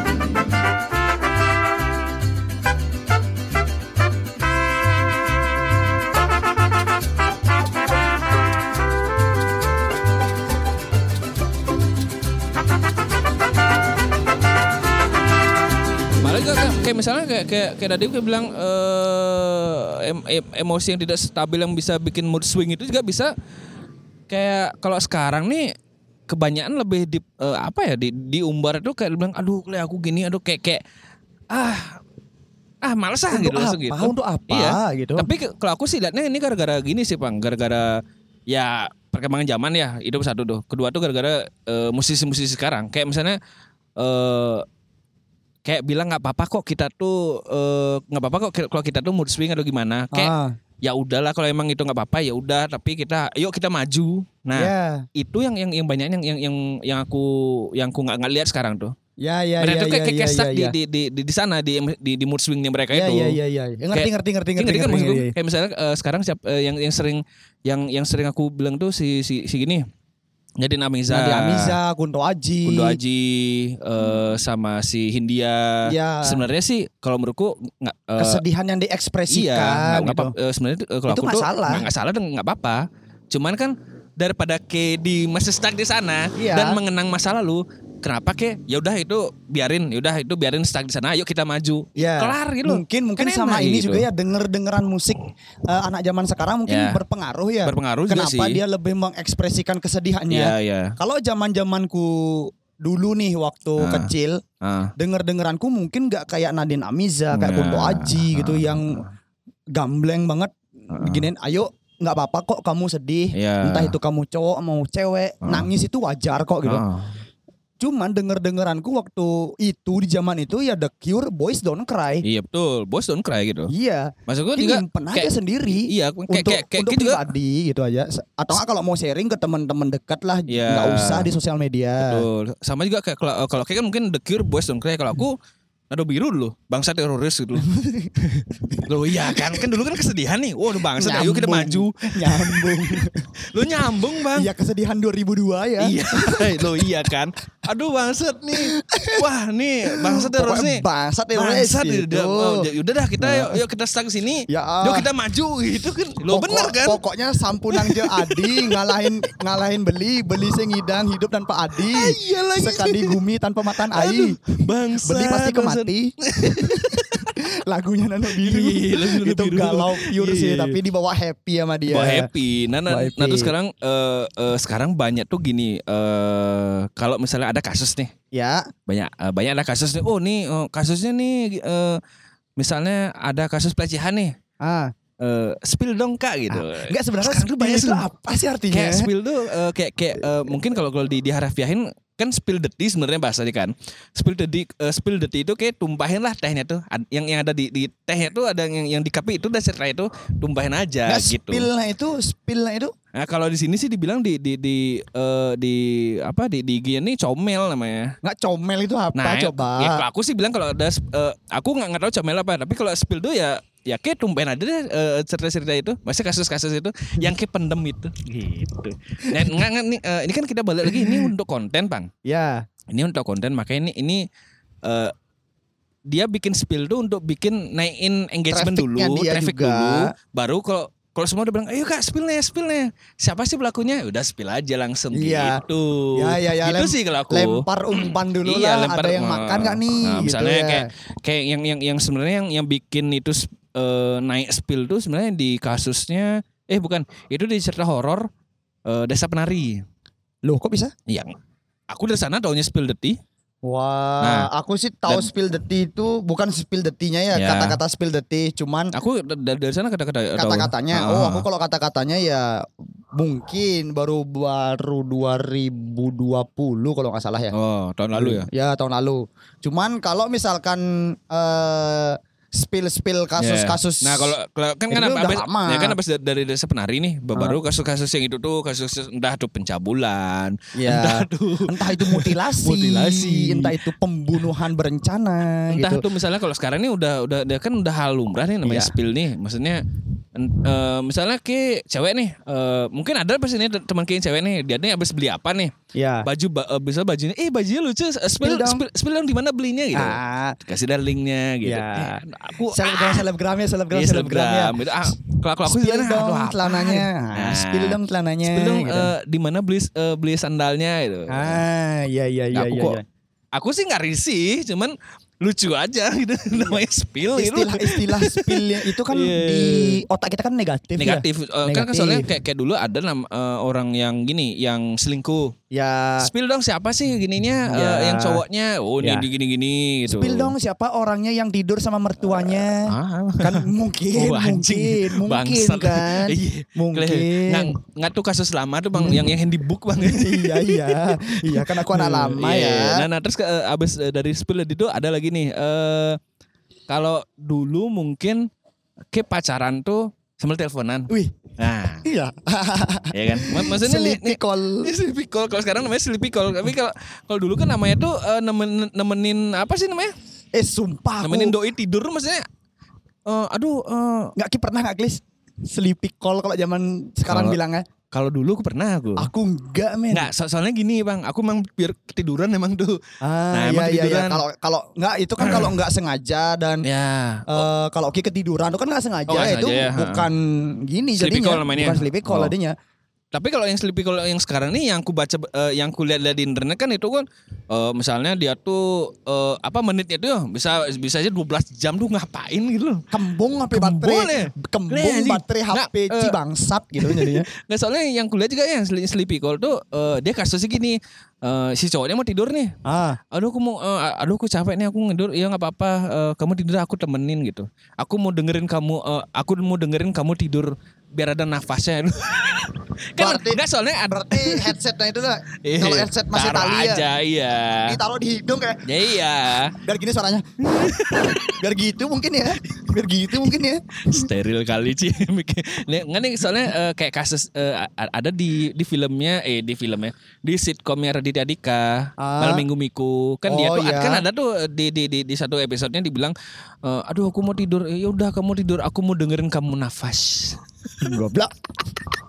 Kayak misalnya kayak tadi gue bilang emosi yang tidak stabil yang bisa bikin mood swing itu juga bisa kayak kalau sekarang nih kebanyakan lebih diumbar itu kayak bilang aduh aku gini kayak malas gitu langsung gitu. Untuk apa gitu. Tapi kalau aku sih lihatnya ini gara-gara gini sih Bang, gara-gara ya perkembangan zaman ya, itu satu tuh. Kedua tuh gara-gara musisi-musisi sekarang kayak misalnya kayak bilang nggak apa-apa kok kita tuh nggak apa-apa kok kalau kita tuh mood swing atau gimana kayak ya udahlah kalau emang itu nggak apa-apa ya udah, tapi yuk kita maju. Nah itu yang banyak yang aku nggak lihat sekarang tuh. Mereka tuh kayak stuck di sana di mood swingnya mereka itu. Ngerti. Kan maksudku kayak misalnya sekarang yang sering aku bilang tuh si gini. Jadi Amiza, Kunto Aji, sama si Hindia. Sebenarnya sih kalau menurutku nggak kesedihan yang diekspresikan. Gitu. Sebenarnya kalau itu aku tuh nggak salah dan nggak apa-apa. Cuman kan daripada di masih stuck di sana dan mengenang masa lalu, kenapa ya udah itu biarin stuck di sana. Ayo kita maju. Kelar gitu. Mungkin kan sama ini gitu. Juga ya dengeran musik anak zaman sekarang mungkin berpengaruh ya. Berpengaruh juga sih. Kenapa dia lebih mengekspresikan kesedihannya? Kalau zaman-zamanku dulu nih waktu kecil, denger-dengeranku mungkin nggak kayak Nadine Amiza, kayak Kunto Aji gitu yang gambleng banget. Beginin, ayo. Nggak apa-apa kok kamu sedih, entah itu kamu cowok mau cewek, nangis itu wajar kok gitu. Cuman denger-dengeranku waktu itu di zaman itu ya The Cure, Boys Don't Cry. Iya betul, Boys Don't Cry gitu. Iya. Maksudku juga kayak sendiri. Iya, untuk pribadi gitu aja. Atau kalau mau sharing ke teman-teman dekat lah, nggak usah di sosial media. Betul. Sama juga kayak kalau kayak kan mungkin The Cure, Boys Don't Cry. Kalau aku Nado biru dulu, bangsa teroris gitu. Loh iya kan dulu kan kesedihan nih. Waduh bangsa, ayo kita maju. Nyambung. Lo nyambung Bang. Iya kesedihan 2002 ya. Iya, lo iya kan. Aduh bangsat nih. Wah nih bangsat terus nih. Bangsat itu. Udah dah kita yuk kita start sini. Yuk kita maju gitu kan. Lo bener kan? Pokoknya sampunang je Adi ngalahin beli sing ngidang hidup tanpa Adi. Sekali gumi tanpa matan ai. Bangsat. Beli pasti kemati. Lagunya Nano Biru. Itu galau pure sih, tapi dibawa happy sama dia. Bawa happy. Nah terus sekarang banyak tuh gini. Kalau misalnya ada kasus nih. Ya. Banyak ada kasus nih. Oh nih kasusnya nih. Misalnya ada kasus pelecehan nih. Spill dong kak gitu. Enggak sebenarnya itu apa sih artinya? Kayak spill tuh kayak mungkin kalau diharafiahin kan spill the tea sebenarnya bahasanya kan. Spill the tea itu kayak tumpahin lah tehnya tuh. Yang ada di tehnya tuh ada yang di kopi itu udah setelah itu tumpahin aja gitu. Spillnya itu. Nah kalau di sini sih dibilang di IG ini comel namanya. Nggak comel itu apa coba? Ya, kalau aku sih bilang kalau ada aku nggak tahu comel apa, tapi kalau spill tuh ya kayak tumpen aja deh cerita-cerita itu. Maksudnya kasus-kasus itu yang kayak pendem itu gitu. Dan ini kan kita balik lagi ini untuk konten, Bang. Ya. Ini untuk konten, makanya ini dia bikin spill tuh untuk bikin naikin engagement dulu, traffic dulu. Baru kalau semua udah bilang, "Ayo Kak, spill nih. Siapa sih pelakunya?" Udah spill aja langsung gitu. Ya. Itu sih kalau aku. Lempar umpan dulu lah. Ada yang makan enggak nih? Nah, gitu misalnya ya. kayak yang sebenarnya yang bikin itu naik spill tuh sebenarnya di kasusnya bukan, itu di cerita horor Desa Penari. Loh, kok bisa? Yang aku dari sana taunya spill the tea. Wah, aku sih tahu spill the tea itu bukan spill the tea-nya ya, kata-kata spill the tea, cuman aku dari sana kata-katanya. Aku kalau kata-katanya ya mungkin baru 2020 kalau nggak salah ya. Oh, tahun lalu ya? Ya, tahun lalu. Cuman kalau misalkan spill kasus-kasus. Nah kalau kan abis dari Desa Penari nih, baru kasus-kasus yang itu tuh kasus entah itu pencabulan, entah itu mutilasi, entah itu pembunuhan berencana, entah gitu. itu misalnya kalau sekarang nih udah kan udah hal lumrah nih namanya spill nih, maksudnya misalnya kayak cewek nih, mungkin ada pas ini teman kayak cewek nih, dia nih abis beli apa nih, bisa bajunya, bajunya lucu, spill dong di mana belinya gitu, kasih dah linknya gitu. Aku selebgramnya. Itu, kalau aku spill dong celananya. Spill dong celananya. Spill dong gitu. di mana beli sandalnya gitu. Iya. Aku sih nggak risih, cuman lucu aja gitu namanya spill. Istilah spillnya itu kan di otak kita kan negatif. Kan soalnya kayak dulu ada orang yang gini, yang selingkuh. Ya. Spill dong siapa sih gininya, yang cowoknya. Oh ini gini gitu. Spill dong siapa orangnya yang tidur sama mertuanya. Kan mungkin kan. Mungkin. Nggak tuh kasus lama tuh Bang, yang handybook Bang. Iya kan aku anak lama ya. Nah terus abis dari spill itu ada lagi nih, kalau dulu mungkin ke pacaran tuh sambil teleponan. Wih. Nah. Iya. Ya kan? Maksudnya sleepy call. Kalau sekarang namanya sleepy call. Tapi kalau dulu kan namanya tuh nemenin apa sih namanya? Sumpah nemenin doi tidur maksudnya. Nggak pernah nggak Klis? Sleepy call kalau zaman sekarang bilangnya. Kalau dulu aku pernah aku. Aku enggak men. Enggak, soalnya gini Bang, aku emang biar ketiduran emang tuh. Iya. Kalau enggak itu kan kalau enggak sengaja dan kalau ketiduran itu kan enggak sengaja, itu bukan gini sleepy jadinya. Call namanya. Bukan sleepy call adanya. Tapi kalau yang sleepy call yang sekarang nih yang aku baca, yang aku lihat di internet kan itu kan misalnya dia tuh menitnya tuh bisa aja 12 jam tuh ngapain gitu loh. Kembung baterai HP bangsat gitu jadinya. Nah soalnya yang kulihat juga yang sleepy call tuh dia kasusnya gini, si cowoknya mau tidur nih. Aduh aku capek nih, aku ngedur. Iya enggak apa-apa, kamu tidur aku temenin gitu. Aku mau dengerin kamu tidur biar ada nafasnya. Kan enggak soalnya berarti headsetnya itu lah. Kalau headset masih tali aja, iya. Ditaruh di hidung kayak. Ya iya. Biar gini suaranya. Biar gitu mungkin ya. Steril kali Ci. Nih soalnya kayak kasus ada di filmnya di sitkomnya Raditya Dika, Malam Minggu Miku. Kan dia tuh kan ada tuh di satu episodenya dibilang, aduh aku mau tidur. Ya udah kamu tidur, aku mau dengerin kamu nafas. Goblok.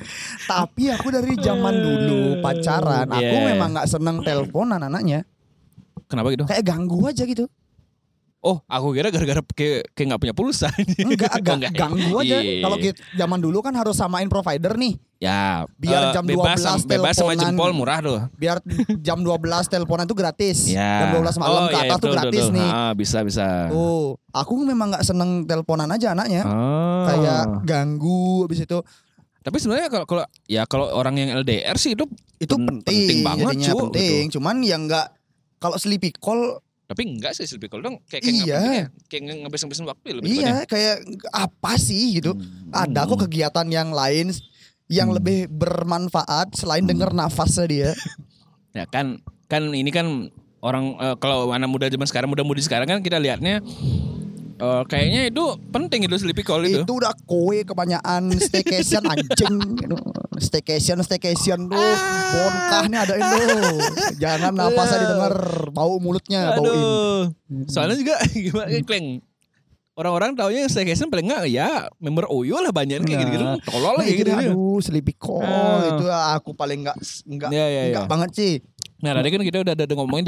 Tapi aku dari zaman dulu pacaran, aku memang nggak seneng teleponan anaknya. Kenapa gitu? Kayak ganggu aja gitu. Oh, aku kira gara-gara kayak nggak punya pulsa. Enggak, agak ganggu aja. Kalau zaman dulu kan harus samain provider nih. Ya, biar jam bebas 12 bebas sama teleponan. jempol murah tuh. Biar jam 12 teleponan itu gratis. Ya. Jam 12 malam ke atas tuh gratis betul. nih. Bisa. Tuh, aku memang nggak seneng teleponan aja anaknya. Kayak ganggu abis itu. Tapi sebenarnya kalau orang yang LDR sih itu penting banget, penting. Gitu. Cuman yang nggak kalau sleepy call. Tapi enggak sih sleepy call dong kayak ngebesin waktu lebih Iya, kayak apa sih gitu. Ada kok kegiatan yang lain yang lebih bermanfaat selain denger nafasnya dia. Ya kan ini kan orang kalau anak muda zaman sekarang, muda-mudi sekarang kan kita lihatnya kayaknya itu penting itu sleepy call itu. Itu udah kowe kebanyakan staycation anjing. Staycation tuh bonkah nih adain tuh. Jangan napasnya didengar, bau mulutnya, bauin. Soalnya juga gimana Kleng. Orang-orang taunya staycation paling enggak ya member Oyo lah banyak kayak gitu-gitu. Tolol kayak gitu. Aduh, sleepy call itu aku paling enggak banget sih. Nah, tadi kan kita udah ada ngomongin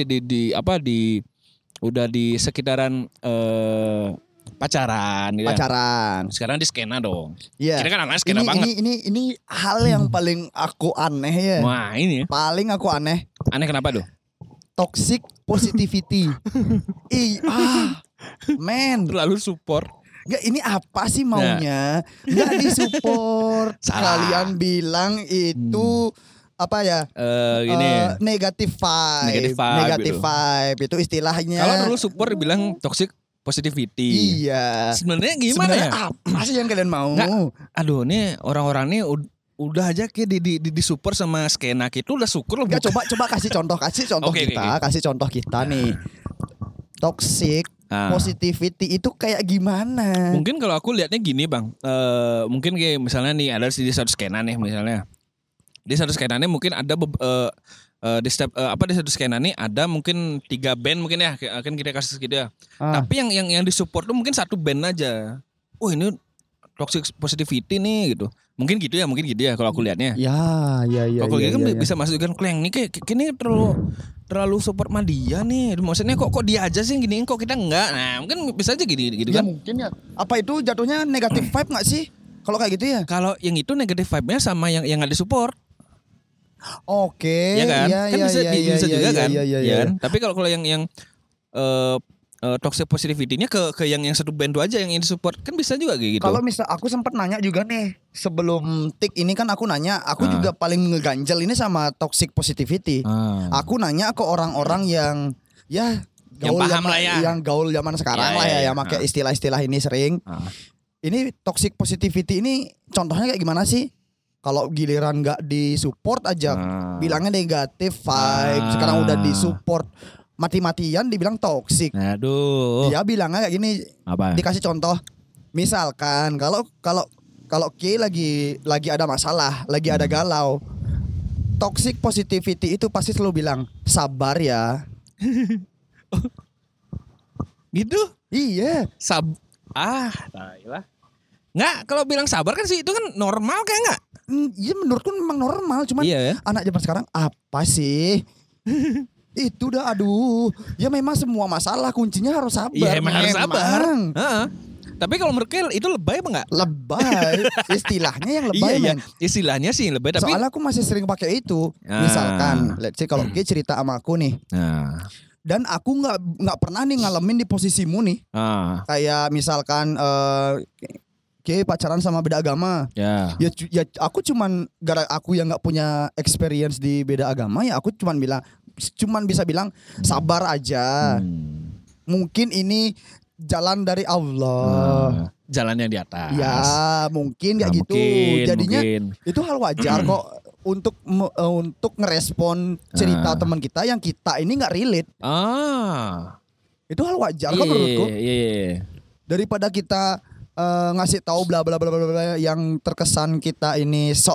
udah di sekitaran pacaran gitu. Pacaran. Sekarang di skena dong. Iya. Kita kan anak skena banget. Ini hal yang paling aku aneh ya. Wah, ini ya. Paling aku aneh. Aneh kenapa tuh? Toxic positivity. Men. Terlalu support. Enggak, ini apa sih maunya? Enggak disupport. Kalian bilang itu apa ya? Negative vibe itu istilahnya. Kalau dulu support dibilang toxic positivity. Iya. Sebenarnya gimana ya? Apa sih yang kalian mau? Aduh, nih orang-orang nih udah aja kayak di support sama skena gitu udah syukur loh. Enggak, coba kasih contoh kita, kasih contoh kita nih. Toxic positivity itu kayak gimana? Mungkin kalau aku lihatnya gini, Bang. Mungkin kayak misalnya nih ada di satu skena nih misalnya. Di satu skena nih mungkin ada di satu skena nih ada mungkin 3 band mungkin ya, kan kita kasih gitu ya. Tapi yang disupport tuh mungkin 1 band aja. Oh, ini toxic positivity nih gitu. Mungkin gitu ya kalau aku lihatnya. Ya. Kalau gitu kan bisa masukkan Kleng nih kayak ini terlalu support sama dia nih. Maksudnya kok dia aja sih giniin kok kita enggak. Nah, mungkin bisa aja gitu ya, kan. Mungkin ya. Apa itu jatuhnya negative vibe enggak sih? Kalau kayak gitu ya? Kalau yang itu negative vibe-nya sama yang enggak disupport. Oke. Ya kan? Kan bisa juga kan? Iya. Tapi kalau yang toxic positivity-nya ke yang satu band aja yang disupport kan bisa juga kayak gitu. Kalau misal aku sempat nanya juga nih sebelum tik ini kan aku nanya, aku juga paling ngeganjel ini sama toxic positivity. Aku nanya ke orang-orang yang gaul paham lah ya. Yang gaul zaman sekarang lah ya, yang pakai istilah-istilah ini sering. Ini toxic positivity ini contohnya kayak gimana sih? Kalau giliran nggak disupport aja bilangnya negatif vibe. Sekarang udah disupport mati-matian dibilang toksik. Aduh. Dia bilangnya kayak gini. Apa? Dikasih contoh. Misalkan kalau Ki lagi ada masalah, lagi ada galau. Toxic positivity itu pasti selalu bilang sabar ya. Gitu? Iya. Tailah. Nggak, kalau bilang sabar kan sih itu kan normal kayak nggak? Iya, menurutku memang normal. Cuman anak zaman sekarang apa sih? Itu udah ya memang semua masalah kuncinya harus sabar. Iya, emang harus sabar. Tapi kalau menurut itu lebay apa enggak? Lebay. Istilahnya yang lebay. Iya. Istilahnya sih lebay tapi soalnya aku masih sering pakai itu. Misalkan let's say kalau G cerita sama aku nih. Dan aku nggak pernah nih ngalamin di posisimu nih. Kayak misalkan pacaran sama beda agama. Ya aku cuman gara aku yang nggak punya experience di beda agama ya aku cuman bisa bilang sabar aja. Mungkin ini jalan dari Allah. Jalan yang di atas. Ya mungkin kayak gitu. Jadinya itu hal wajar kok untuk ngerespon cerita teman kita yang kita ini nggak relate. Itu hal wajar kok menurutku. Daripada kita ngasih tahu bla bla bla bla yang terkesan kita ini sok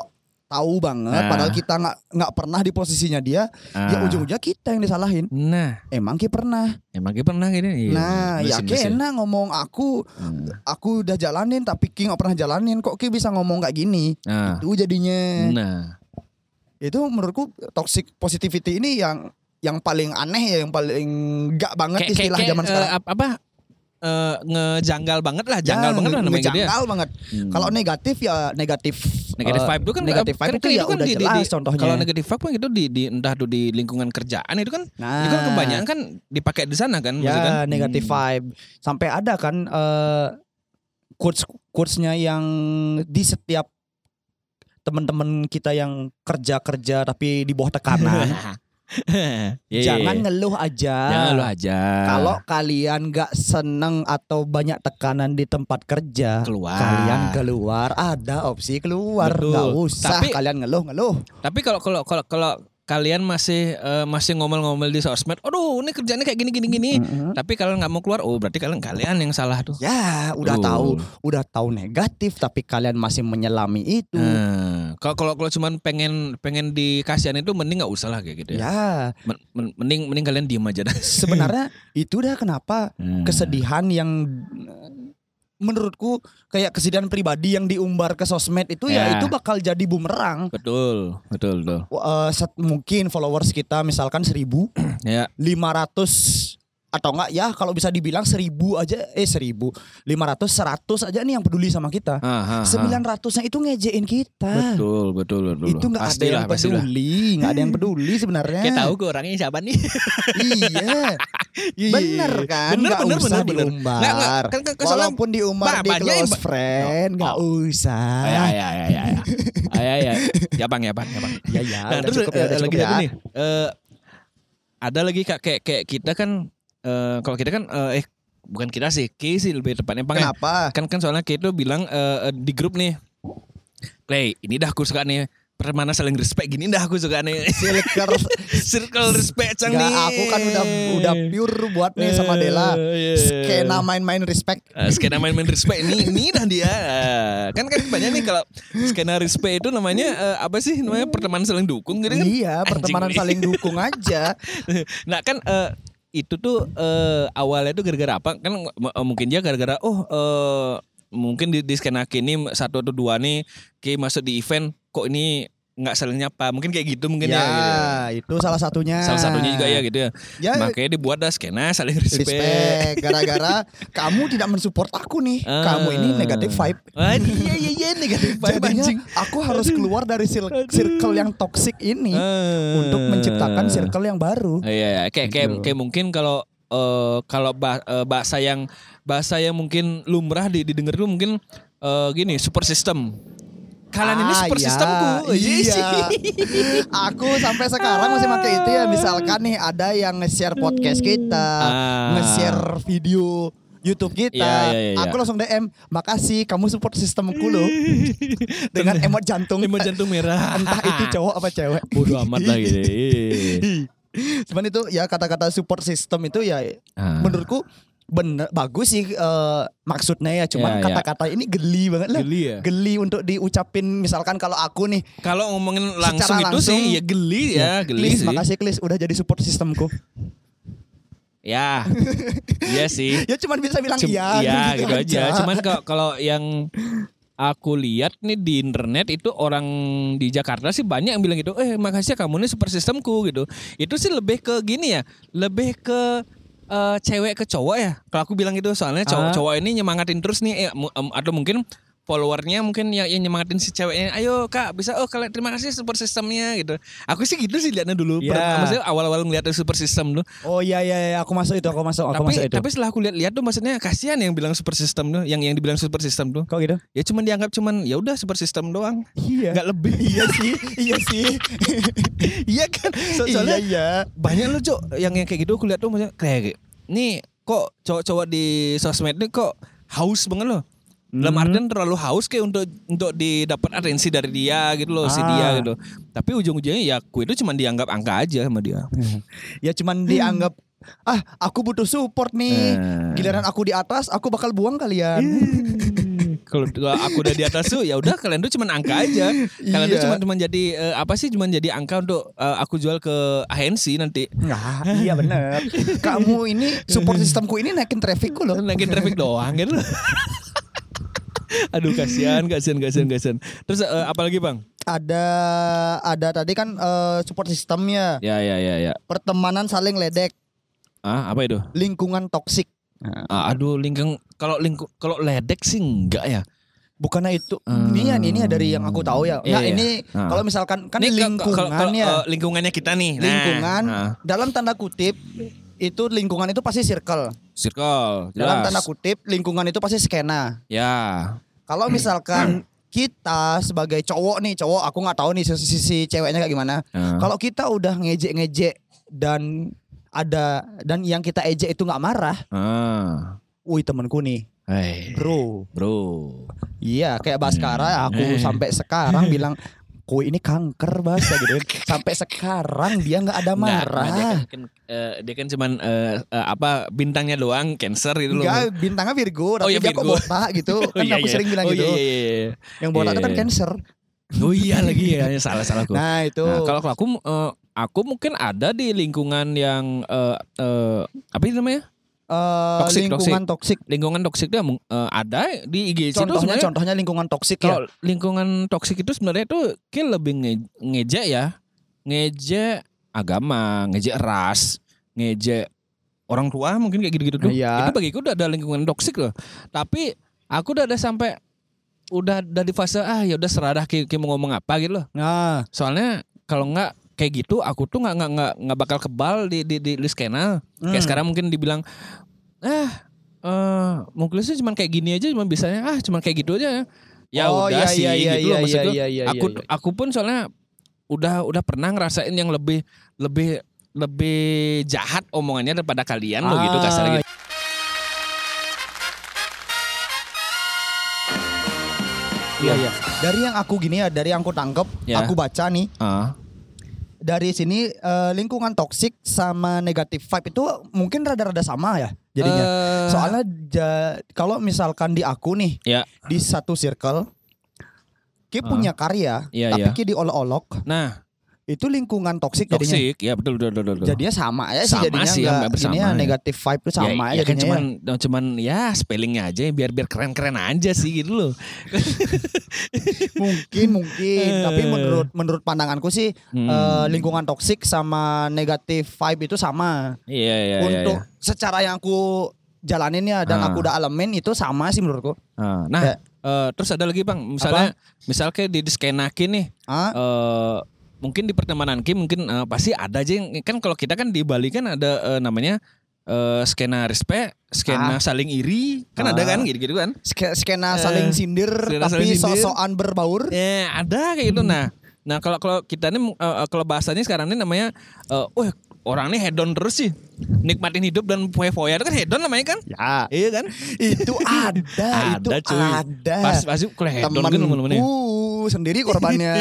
tahu banget, padahal kita nggak pernah di posisinya dia, ya ujung-ujungnya kita yang disalahin. Nah, emang kita pernah gini. Nah, ya kena ngomong aku udah jalanin tapi Ki nggak pernah jalanin, kok Ki bisa ngomong kayak gini? Itu jadinya. Nah, itu menurutku toxic positivity ini yang paling aneh ya, yang paling enggak banget istilah zaman sekarang. Ngejanggal banget lah namanya gitu ya. Ngejanggal banget. Kalau negatif ya negatif vibe itu kan negatif vibe itu ya udah jelas contohnya. Kalau negatif vibe kan itu di entah tuh di lingkungan kerjaan itu kan itu kan kebanyakan kan dipakai di sana kan, ya kan? negatif vibe. Sampai ada kan quotes-nya yang di setiap teman-teman kita yang kerja tapi di bawah tekanan. Jangan ngeluh aja. Kalau kalian gak seneng atau banyak tekanan di tempat kerja, kalian keluar. Ada opsi keluar. Betul. Gak usah kalian ngeluh. Tapi kalau kalian masih ngomel-ngomel di sosmed, aduh ini kerjanya kayak gini. Tapi kalian nggak mau keluar, berarti kalian yang salah tuh. Ya udah tahu negatif, tapi kalian masih menyelami itu. Kalau cuman pengen dikasihan itu mending nggak usah lah kayak gitu ya. Mending kalian diem aja dah. Sebenarnya itu dah kenapa kesedihan yang menurutku kayak kesedihan pribadi yang diumbar ke sosmed itu ya itu bakal jadi bumerang. Betul. Mungkin followers kita misalkan 1.000, 500 atau enggak ya kalau bisa dibilang 1.000 aja 500 100 aja nih yang peduli sama kita. 900-nya itu ngejein kita. Betul. Itu enggak ada yang peduli, enggak ada yang peduli sebenarnya. Kayak tahu gue orangnya siapa nih. Iya. Bener kan? Enggak usah diumbar. Walaupun diumbar di close friend enggak usah. Ya bang. Ya. Nah, terus lagi nih. Ada lagi kayak kita kan kalau kita kan bukan kita sih, Ki sih lebih tepatnya Bang. Kenapa? Kan soalnya Ki itu bilang di grup nih. Clay, ini dah aku suka nih. Pertemanan saling respect gini dah aku suka nih. Circle respect cang nih. Aku kan udah pure buat nih sama Dela. Skena main-main respect. Skena main-main respect ini dah dia. Kan banyak nih kalau skena respect itu namanya apa sih? Namanya pertemanan saling dukung gitu kan. Iya, pertemanan saling dukung aja. Nah kan itu tuh awalnya tuh gara-gara apa? Kan mungkin dia gara-gara mungkin di skena kini 1 atau 2 nih kayak masuk di event kok ini nggak saling nyapa, mungkin kayak gitu mungkin ya gitu. Itu salah satunya juga ya gitu ya. Makanya dibuat dah skena saling respect. Gara-gara kamu tidak mensupport aku nih, kamu ini negatif vibe. Iya negatif vibe. Jadinya aku harus keluar dari circle yang toxic ini untuk menciptakan circle yang baru. Iya kayak mungkin kalau bahasa yang mungkin lumrah didengar itu mungkin gini, super system. Kalian ini super sistemku. Iya. Aku sampai sekarang masih pakai itu ya. Misalkan nih ada yang nge-share podcast kita, nge-share video YouTube kita, aku langsung DM, makasih kamu support sistemku loh. Dengan emot jantung merah. Entah itu cowok apa cewek. Bodoh amat lah gitu. Cuman itu ya kata-kata support system itu ya menurutku bener bagus sih maksudnya ya, cuman kata-kata ini geli banget lah. Geli untuk diucapin. Misalkan kalau aku nih, kalau ngomongin langsung itu sih ya geli Klis, sih. makasih Klis udah jadi support sistemku. Ya. Iya sih. Ya cuman bisa bilang iya gitu aja. Cuman kalau yang aku lihat nih di internet itu orang di Jakarta sih banyak yang bilang gitu, makasih kamu nih super sistemku gitu. Itu sih lebih ke gini ya, lebih ke cewek ke cowok ya. Kalau aku bilang gitu soalnya cowok ini nyemangatin terus nih atau mungkin followernya mungkin yang nyemangatin si ceweknya, ayo kak bisa, kalian terima kasih support sistemnya gitu. Aku sih gitu sih liatnya dulu. Maksudnya awal-awal ngeliat support system tuh. Oh iya aku masuk itu. Tapi setelah aku lihat tuh maksudnya kasihan yang bilang support system tuh, yang dibilang support system tuh. Kok gitu? Ya cuman dianggap ya udah support system doang. Iya. Gak lebih. Iya sih. Iya kan. Soalnya banyak loh Cok yang kayak gitu aku lihat tuh maksudnya kayak nih kok cowok-cowok di sosmed nih kok haus banget loh. Dalam artian terlalu haus kayak untuk didapat atensi dari dia gitu loh, si dia gitu. Tapi ujung-ujungnya ya aku itu cuma dianggap angka aja sama dia. Ya cuman dianggap aku butuh support nih. Giliran aku di atas, aku bakal buang kalian. Kalau aku udah di atas tuh ya udah kalian tuh cuman angka aja. Kalian tuh cuman jadi cuman jadi angka untuk aku jual ke agensi nanti. Nah, iya benar. Kamu ini support sistemku ini naikin trafficku loh. Naikin traffic doang gitu. Aduh kasihan. Terus apalagi Bang? Ada tadi kan support sistemnya. Ya. Pertemanan saling ledek. Apa itu? Lingkungan toksik. Aduh kalau ledek sih enggak ya. Bukannya itu ini dari yang aku tahu ya. Nah ini kalau misalkan kan lingkungannya lingkungannya kita nih. Lingkungan dalam tanda kutip itu lingkungan itu pasti circle. Jelas. Dalam tanda kutip lingkungan itu pasti skena. Ya. Kalau misalkan kita sebagai cowok aku nggak tahu nih sisi ceweknya kayak gimana. Kalau kita udah ngejek dan yang kita ejek itu nggak marah. Wih temanku nih. Hey, bro. Iya kayak Baskara aku sampai sekarang bilang kue ini kanker bahasa gitu. Sampai sekarang dia nggak ada marah. Dia kan cuman bintangnya doang Cancer gitu loh. Enggak, bintangnya Virgo tapi dia kok botak gitu. Kan aku sering bilang gitu. Iya. Yang botak itu kan Cancer. Oh iya lagi ya, salah aku. Nah itu. Kalau aku mungkin ada di lingkungan yang apa itu namanya? Lingkungan toksik. Lingkungan toksik itu ada di IG itu. Contohnya lingkungan toksik ya. Lingkungan toksik itu sebenarnya itu lebih ngejek ya. Ngejek agama, ngejek ras, ngejek orang tua mungkin kayak gitu-gitu tuh. Iya. Itu bagiku udah ada lingkungan toksik loh. Tapi aku udah ada sampai udah di fase ya udah serah Ki mau ngomong apa gitu loh. Nah, soalnya kalau enggak kayak gitu aku tuh nggak bakal kebal di skena. Kayak sekarang mungkin dibilang mungkin sih cuma kayak gini aja, cuma bisanya cuma kayak gitu aja. Ya udah sih gitu loh maksudku. Aku pun soalnya udah pernah ngerasain yang lebih jahat omongannya daripada kalian loh gitu kasarnya gitu. Iya. Dari yang aku dari yang aku tangkep, aku baca nih. Dari sini lingkungan toksik sama negatif vibe itu mungkin rada-rada sama ya jadinya. Soalnya kalau misalkan di aku nih di satu circle, Ki punya karya, tapi Ki diolok-olok. Nah, itu lingkungan toksik jadinya. Toksik, ya betul. Jadinya sama aja sih jadinya. Jadinya negatif vibe itu sama aja kan jadinya. cuman ya spellingnya aja biar keren-keren aja sih gitu loh. mungkin tapi menurut pandanganku sih lingkungan toksik sama negatif vibe itu sama. Iya. Untuk secara yang aku jalanin ya dan aku udah alamin itu sama sih menurutku. Nah, terus ada lagi Bang, misalnya kayak di skenakin nih. Mungkin di pertemanan Kim mungkin pasti ada aja yang kan kalau kita kan di Bali kan ada namanya skena respect, skena saling iri, kan ada kan gitu kan. Skena saling sindir tapi sok-sokan berbaur. Ya, ada kayak gitu. Nah kalau kita nih kalau bahasanya sekarang ini namanya orang ini hedon terus sih. Nikmatin hidup dan foya-foya itu kan hedon namanya kan? Ya. Iya kan? Itu ada. Pasti kalau hedon kan temen-temennya. Sendiri korbannya.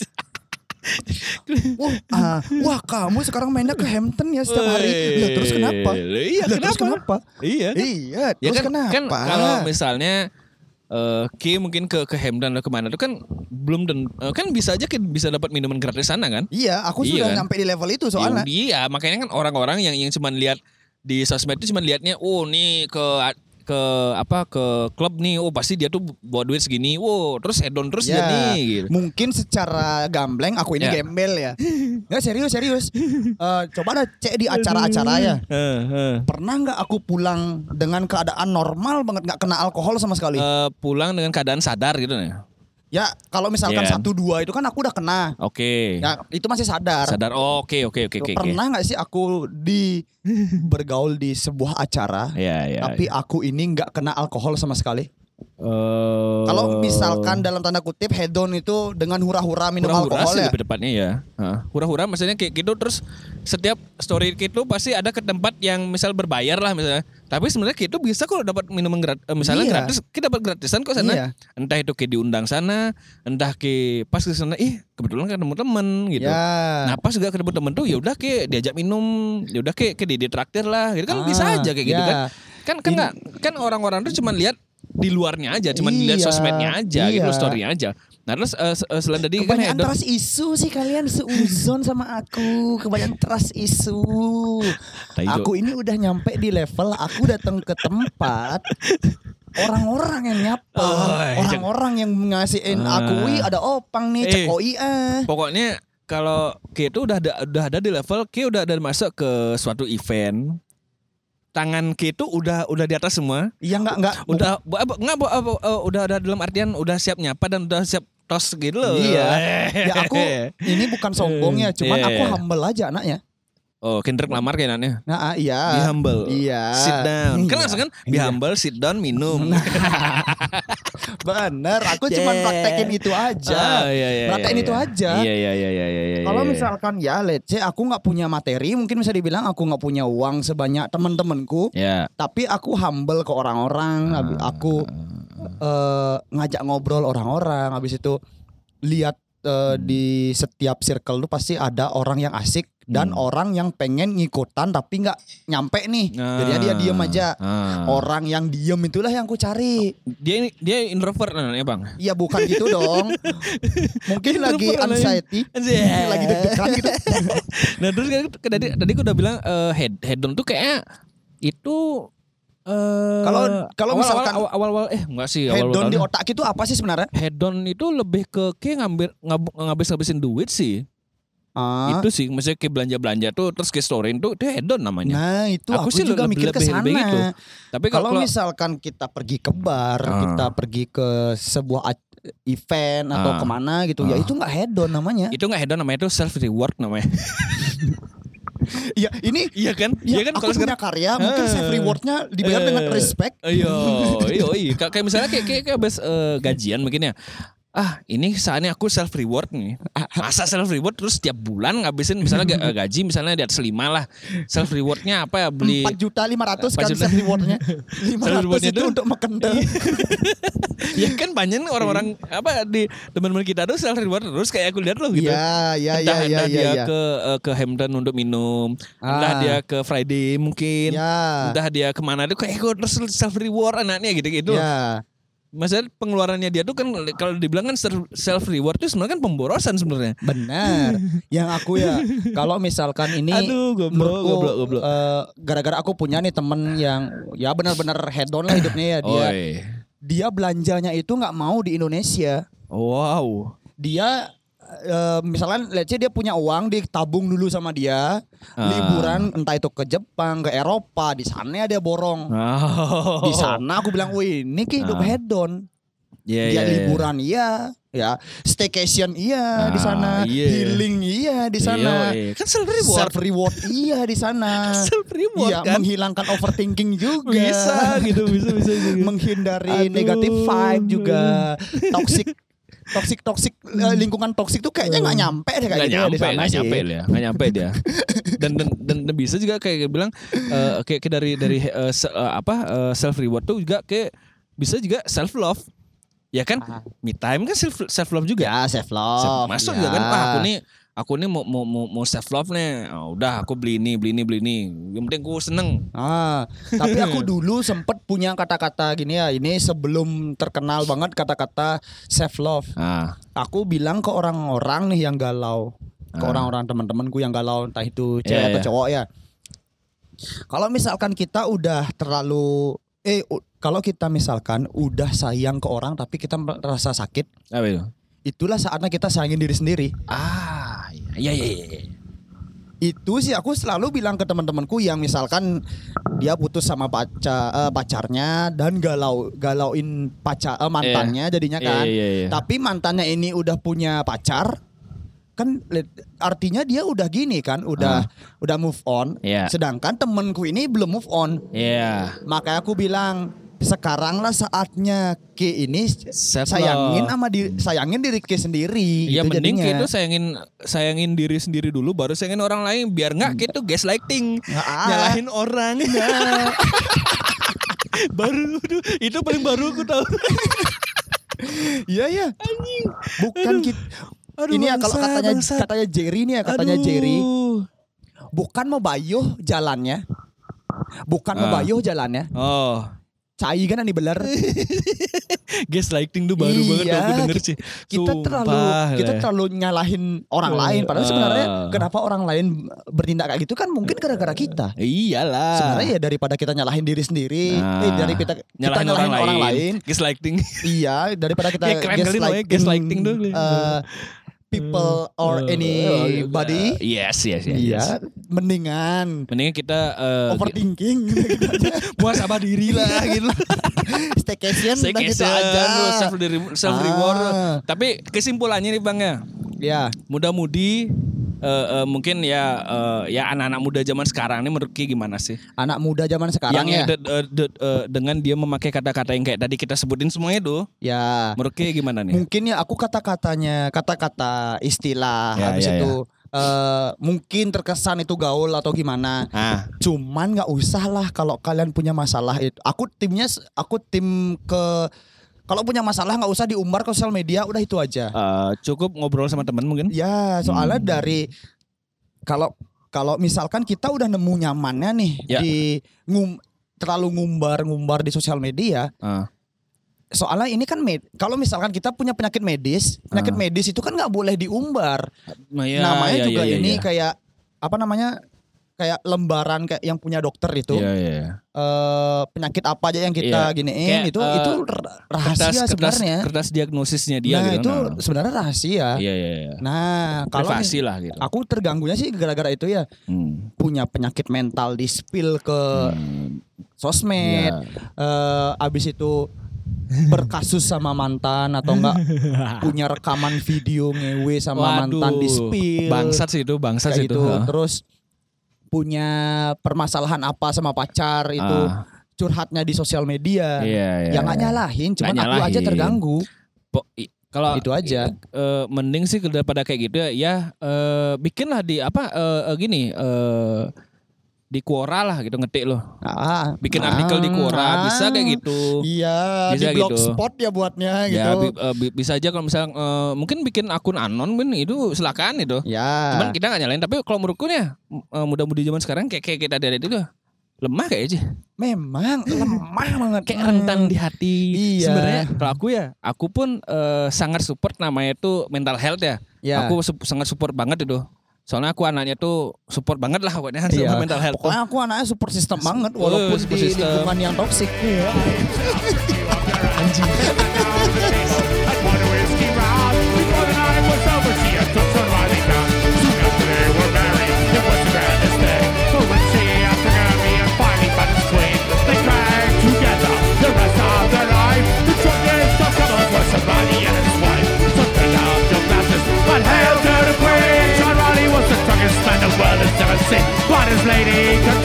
Wah kamu sekarang mainnya ke Hampton ya setiap hari. Terus kenapa? Terus kenapa? Iya. Terus kenapa? Kan kalau misalnya Ki mungkin ke Hampton atau kemana itu kan belum kan bisa aja bisa dapat minuman gratis sana kan? Iya, aku sudah nyampe di level itu soalnya. Iya, makanya kan orang-orang yang cuma lihat di sosmed itu cuma lihatnya nih ke klub nih, pasti dia tuh bawa duit segini, terus hedon terus dia nih gitu. Mungkin secara gambleng aku ini gembel ya. Nggak serius. Coba dah cek di acara-acara ya. Pernah nggak aku pulang dengan keadaan normal banget, nggak kena alkohol sama sekali? Pulang dengan keadaan sadar gitu ya. Ya kalau misalkan 1-2 itu kan aku udah kena. Oke. Ya itu masih sadar. Oke. Pernah nggak sih aku bergaul di sebuah acara, tapi aku ini nggak kena alkohol sama sekali? Kalau misalkan dalam tanda kutip hedon itu dengan hura-hura minum alkohol ya. Lebih tepatnya ya. Hura-hura maksudnya kayak gitu, terus setiap story gitu pasti ada ke tempat yang misal berbayar lah misalnya. Tapi sebenarnya kita bisa kok dapat minuman gratis, misalnya gratis, kita dapat gratisan kok sana. Entah itu kayak diundang sana, entah kayak pas ke sana, kebetulan ketemu temen gitu. Nah pas juga ketemu temen tuh, ya udah kayak diajak minum, ya udah kayak di traktir lah, gitu kan bisa aja kayak gitu kan. Kan orang-orang tuh cuma lihat di luarnya aja, cuman dilihat sosmednya aja, gitu story-nya aja. Nah terus selain tadi kebanyakan kan trust isu sih kalian seuzon sama aku. Kebanyakan trust isu. Aku ini udah nyampe di level aku datang ke tempat orang-orang yang nyapa, orang-yang ngasihin aku, ada opang nih, cekoi Pokoknya kalau itu udah ada di level udah ada masuk ke suatu event. Tangan itu udah di atas semua. Iya enggak. Udah ada dalam artian udah siap nyapa dan udah siap tos gitu loh. Iya. Ya aku ini bukan sombong ya, cuman aku humble aja anaknya. Oh, Kendrick Lamar kayaknya. Nah, iya. Be humble. Iya. Sit down. Kan iya. langsung kan be humble, sit down, minum. Bener, aku cuma praktekin itu aja. Praktekin itu aja. Iya. Kalau misalkan ya let's say aku nggak punya materi, mungkin bisa dibilang aku nggak punya uang sebanyak teman-temanku. Tapi aku humble ke orang-orang, aku ngajak ngobrol orang-orang, habis itu lihat di setiap circle tuh pasti ada orang yang asik dan orang yang pengen ngikutan tapi nggak nyampe nih. Jadi dia diem aja. Orang yang diem itulah yang aku cari. Dia introvert ya bang? Iya bukan gitu dong. Mungkin lagi anxiety, lagi deg-degan gitu. Nah terus tadi aku udah bilang hedon tuh kayak itu. Kalau misalkan awal enggak sih hedon di otak itu apa sih sebenarnya? Hedon itu lebih ke kayak ngabis-ngabisin duit sih. Itu sih maksudnya kayak belanja-belanja tuh terus kayak storein tuh itu hedon namanya. Nah, itu aku sih juga mikir ke sana. Gitu. Tapi kalau misalkan kita pergi ke bar, kita pergi ke sebuah event atau kemana gitu, ya itu enggak hedon namanya. Itu enggak hedon namanya, itu self reward namanya. Iya ini iya kan aku punya karya mungkin self rewardnya dibayar dengan respect. Iya kayak misalnya kayak habis gajian mungkin ya. Ini saatnya aku self reward nih. Masa self reward terus setiap bulan ngabisin misalnya gaji misalnya di atas 5 lah. Self rewardnya apa ya, beli 4.500.000 kan self rewardnya. 500 itu untuk mekendel. Ya kan banyak orang-orang apa di teman-teman kita tuh self reward terus kayak aku lihat loh gitu. Iya. Entah dia ke Hampton untuk minum, entah dia ke Friday mungkin, entah dia kemana tuh kayak aku terus self reward anaknya gitu-gitu. Iya. Maksudnya pengeluarannya dia tuh kan kalau dibilang kan self reward itu sebenarnya kan pemborosan sebenarnya. Benar. Yang aku ya kalau misalkan ini goblok. Gara-gara aku punya nih temen yang ya benar-benar hedon lah hidupnya ya dia belanjanya itu nggak mau di Indonesia. Wow. Dia misalnya let's say dia punya uang ditabung dulu sama dia liburan entah itu ke Jepang ke Eropa, di sana dia borong. Di sana aku bilang wih ini hidup hedon. Dia liburan ya staycation di sana, healing di sana. Kan self reward di sana. Self reward kan menghilangkan overthinking juga. Bisa. Menghindari negative vibe juga. Toxic lingkungan toksik tuh kayaknya nggak nyampe deh kayak gitu nggak nyampe dia dan bisa juga kayak bilang kayak dari self reward tuh juga kayak bisa juga self love ya kan. Me time kan self love juga ya, self love masuk juga kan. Aku nih mau self love nih. Udah aku beli ini. Yang penting aku seneng. Tapi aku dulu sempet punya kata-kata gini ya. Ini sebelum terkenal banget kata-kata self love. Aku bilang ke orang-orang nih yang galau, ke orang-orang teman-temanku yang galau, entah itu cewek atau cowok ya. Kalau misalkan kita udah terlalu kalau kita misalkan udah sayang ke orang tapi kita merasa sakit. Apa itu? Itulah saatnya kita sayangin diri sendiri. Iya. Itu sih aku selalu bilang ke teman-temanku yang misalkan dia putus sama pacarnya dan galauin mantannya jadinya kan. Tapi mantannya ini udah punya pacar. Kan artinya dia udah gini kan, udah move on. Sedangkan temanku ini belum move on. Makanya aku bilang sekaranglah saatnya Ki ini sayangin diri Ki sendiri. Ya gitu mending jadinya. Ki itu sayangin diri sendiri dulu baru sayangin orang lain biar nggak Ki itu gaslighting, nyalahin orang. Baru itu paling baru aku tahu. Iya. Bukan gitu. Ini ya kalau katanya Jerry nih ya Jerry. Bukan mau bayuh jalannya. cai kan ani beler. Gaslighting tuh baru banget aku denger sih. Kita terlalu nyalahin orang lain padahal sebenarnya kenapa orang lain bertindak kayak gitu kan mungkin gara-gara kita. Iyalah. Sebenarnya ya daripada kita nyalahin diri sendiri, daripada kita nyalahin orang lain. Gaslighting. Iya, daripada kita gaslighting dulu. People or anybody. Yes. Iya, mendingan kita overthinking muhasabah diri lah gitu. Staycation gitu aja. Self reward. Tapi kesimpulannya nih Bang ya. Muda-mudi mungkin ya anak-anak muda zaman sekarang ini menurut Ki gimana sih? Anak muda zaman sekarang dengan dia memakai kata-kata yang kayak tadi kita sebutin semuanya tuh. Ya. Menurut Ki gimana nih? Mungkin ya aku kata-kata istilah habis itu mungkin terkesan itu gaul atau gimana. Cuman nggak usah lah kalau kalian punya masalah itu. Aku tim kalau punya masalah nggak usah diumbar ke sosial media, udah itu aja. Cukup ngobrol sama teman mungkin. Ya, soalnya dari kalau misalkan kita udah nemu nyamannya nih terlalu ngumbar di sosial media. Soalnya ini kan kalau misalkan kita punya penyakit medis itu kan nggak boleh diumbar. Namanya juga kayak apa namanya? Kayak lembaran kayak yang punya dokter itu. Penyakit apa aja yang kita giniin itu rahasia sebenarnya. Kertas diagnosisnya dia gitu. Itu sebenarnya rahasia. Nah, kalau privasi lah gitu. Aku terganggunya sih gara-gara itu ya. Punya penyakit mental di spill ke sosmed. Abis itu berkasus sama mantan atau enggak punya rekaman video ngewe sama mantan di spill. Bangsat sih itu. Terus punya permasalahan apa sama pacar itu curhatnya di sosial media. Ya nggak nyalahin, cuman aku aja terganggu. Kalau itu aja. Mending sih daripada kayak gitu ya bikinlah di di Quora lah gitu, ngetik loh. Bikin artikel di Quora bisa kayak gitu. Iya, bisa di Blogspot gitu. Ya buatnya gitu. Ya bisa aja kalau misalnya mungkin bikin akun anon itu silakan itu. Ya. Cuman kita nggak nyalain, tapi kalau menurutku ya muda-mudi zaman sekarang kayak kita dari itu lemah kayak aja. Memang lemah banget, kayak rentan di hati. Iya. Sebenarnya kalau aku pun sangat support namanya itu mental health ya. Aku sangat support banget itu. Soalnya aku anaknya tuh support banget lah pokoknya sama mental health. Pokoknya aku anaknya support system banget walaupun di lingkungan yang toksik. Anjing. Man the world has never seen. What is lady?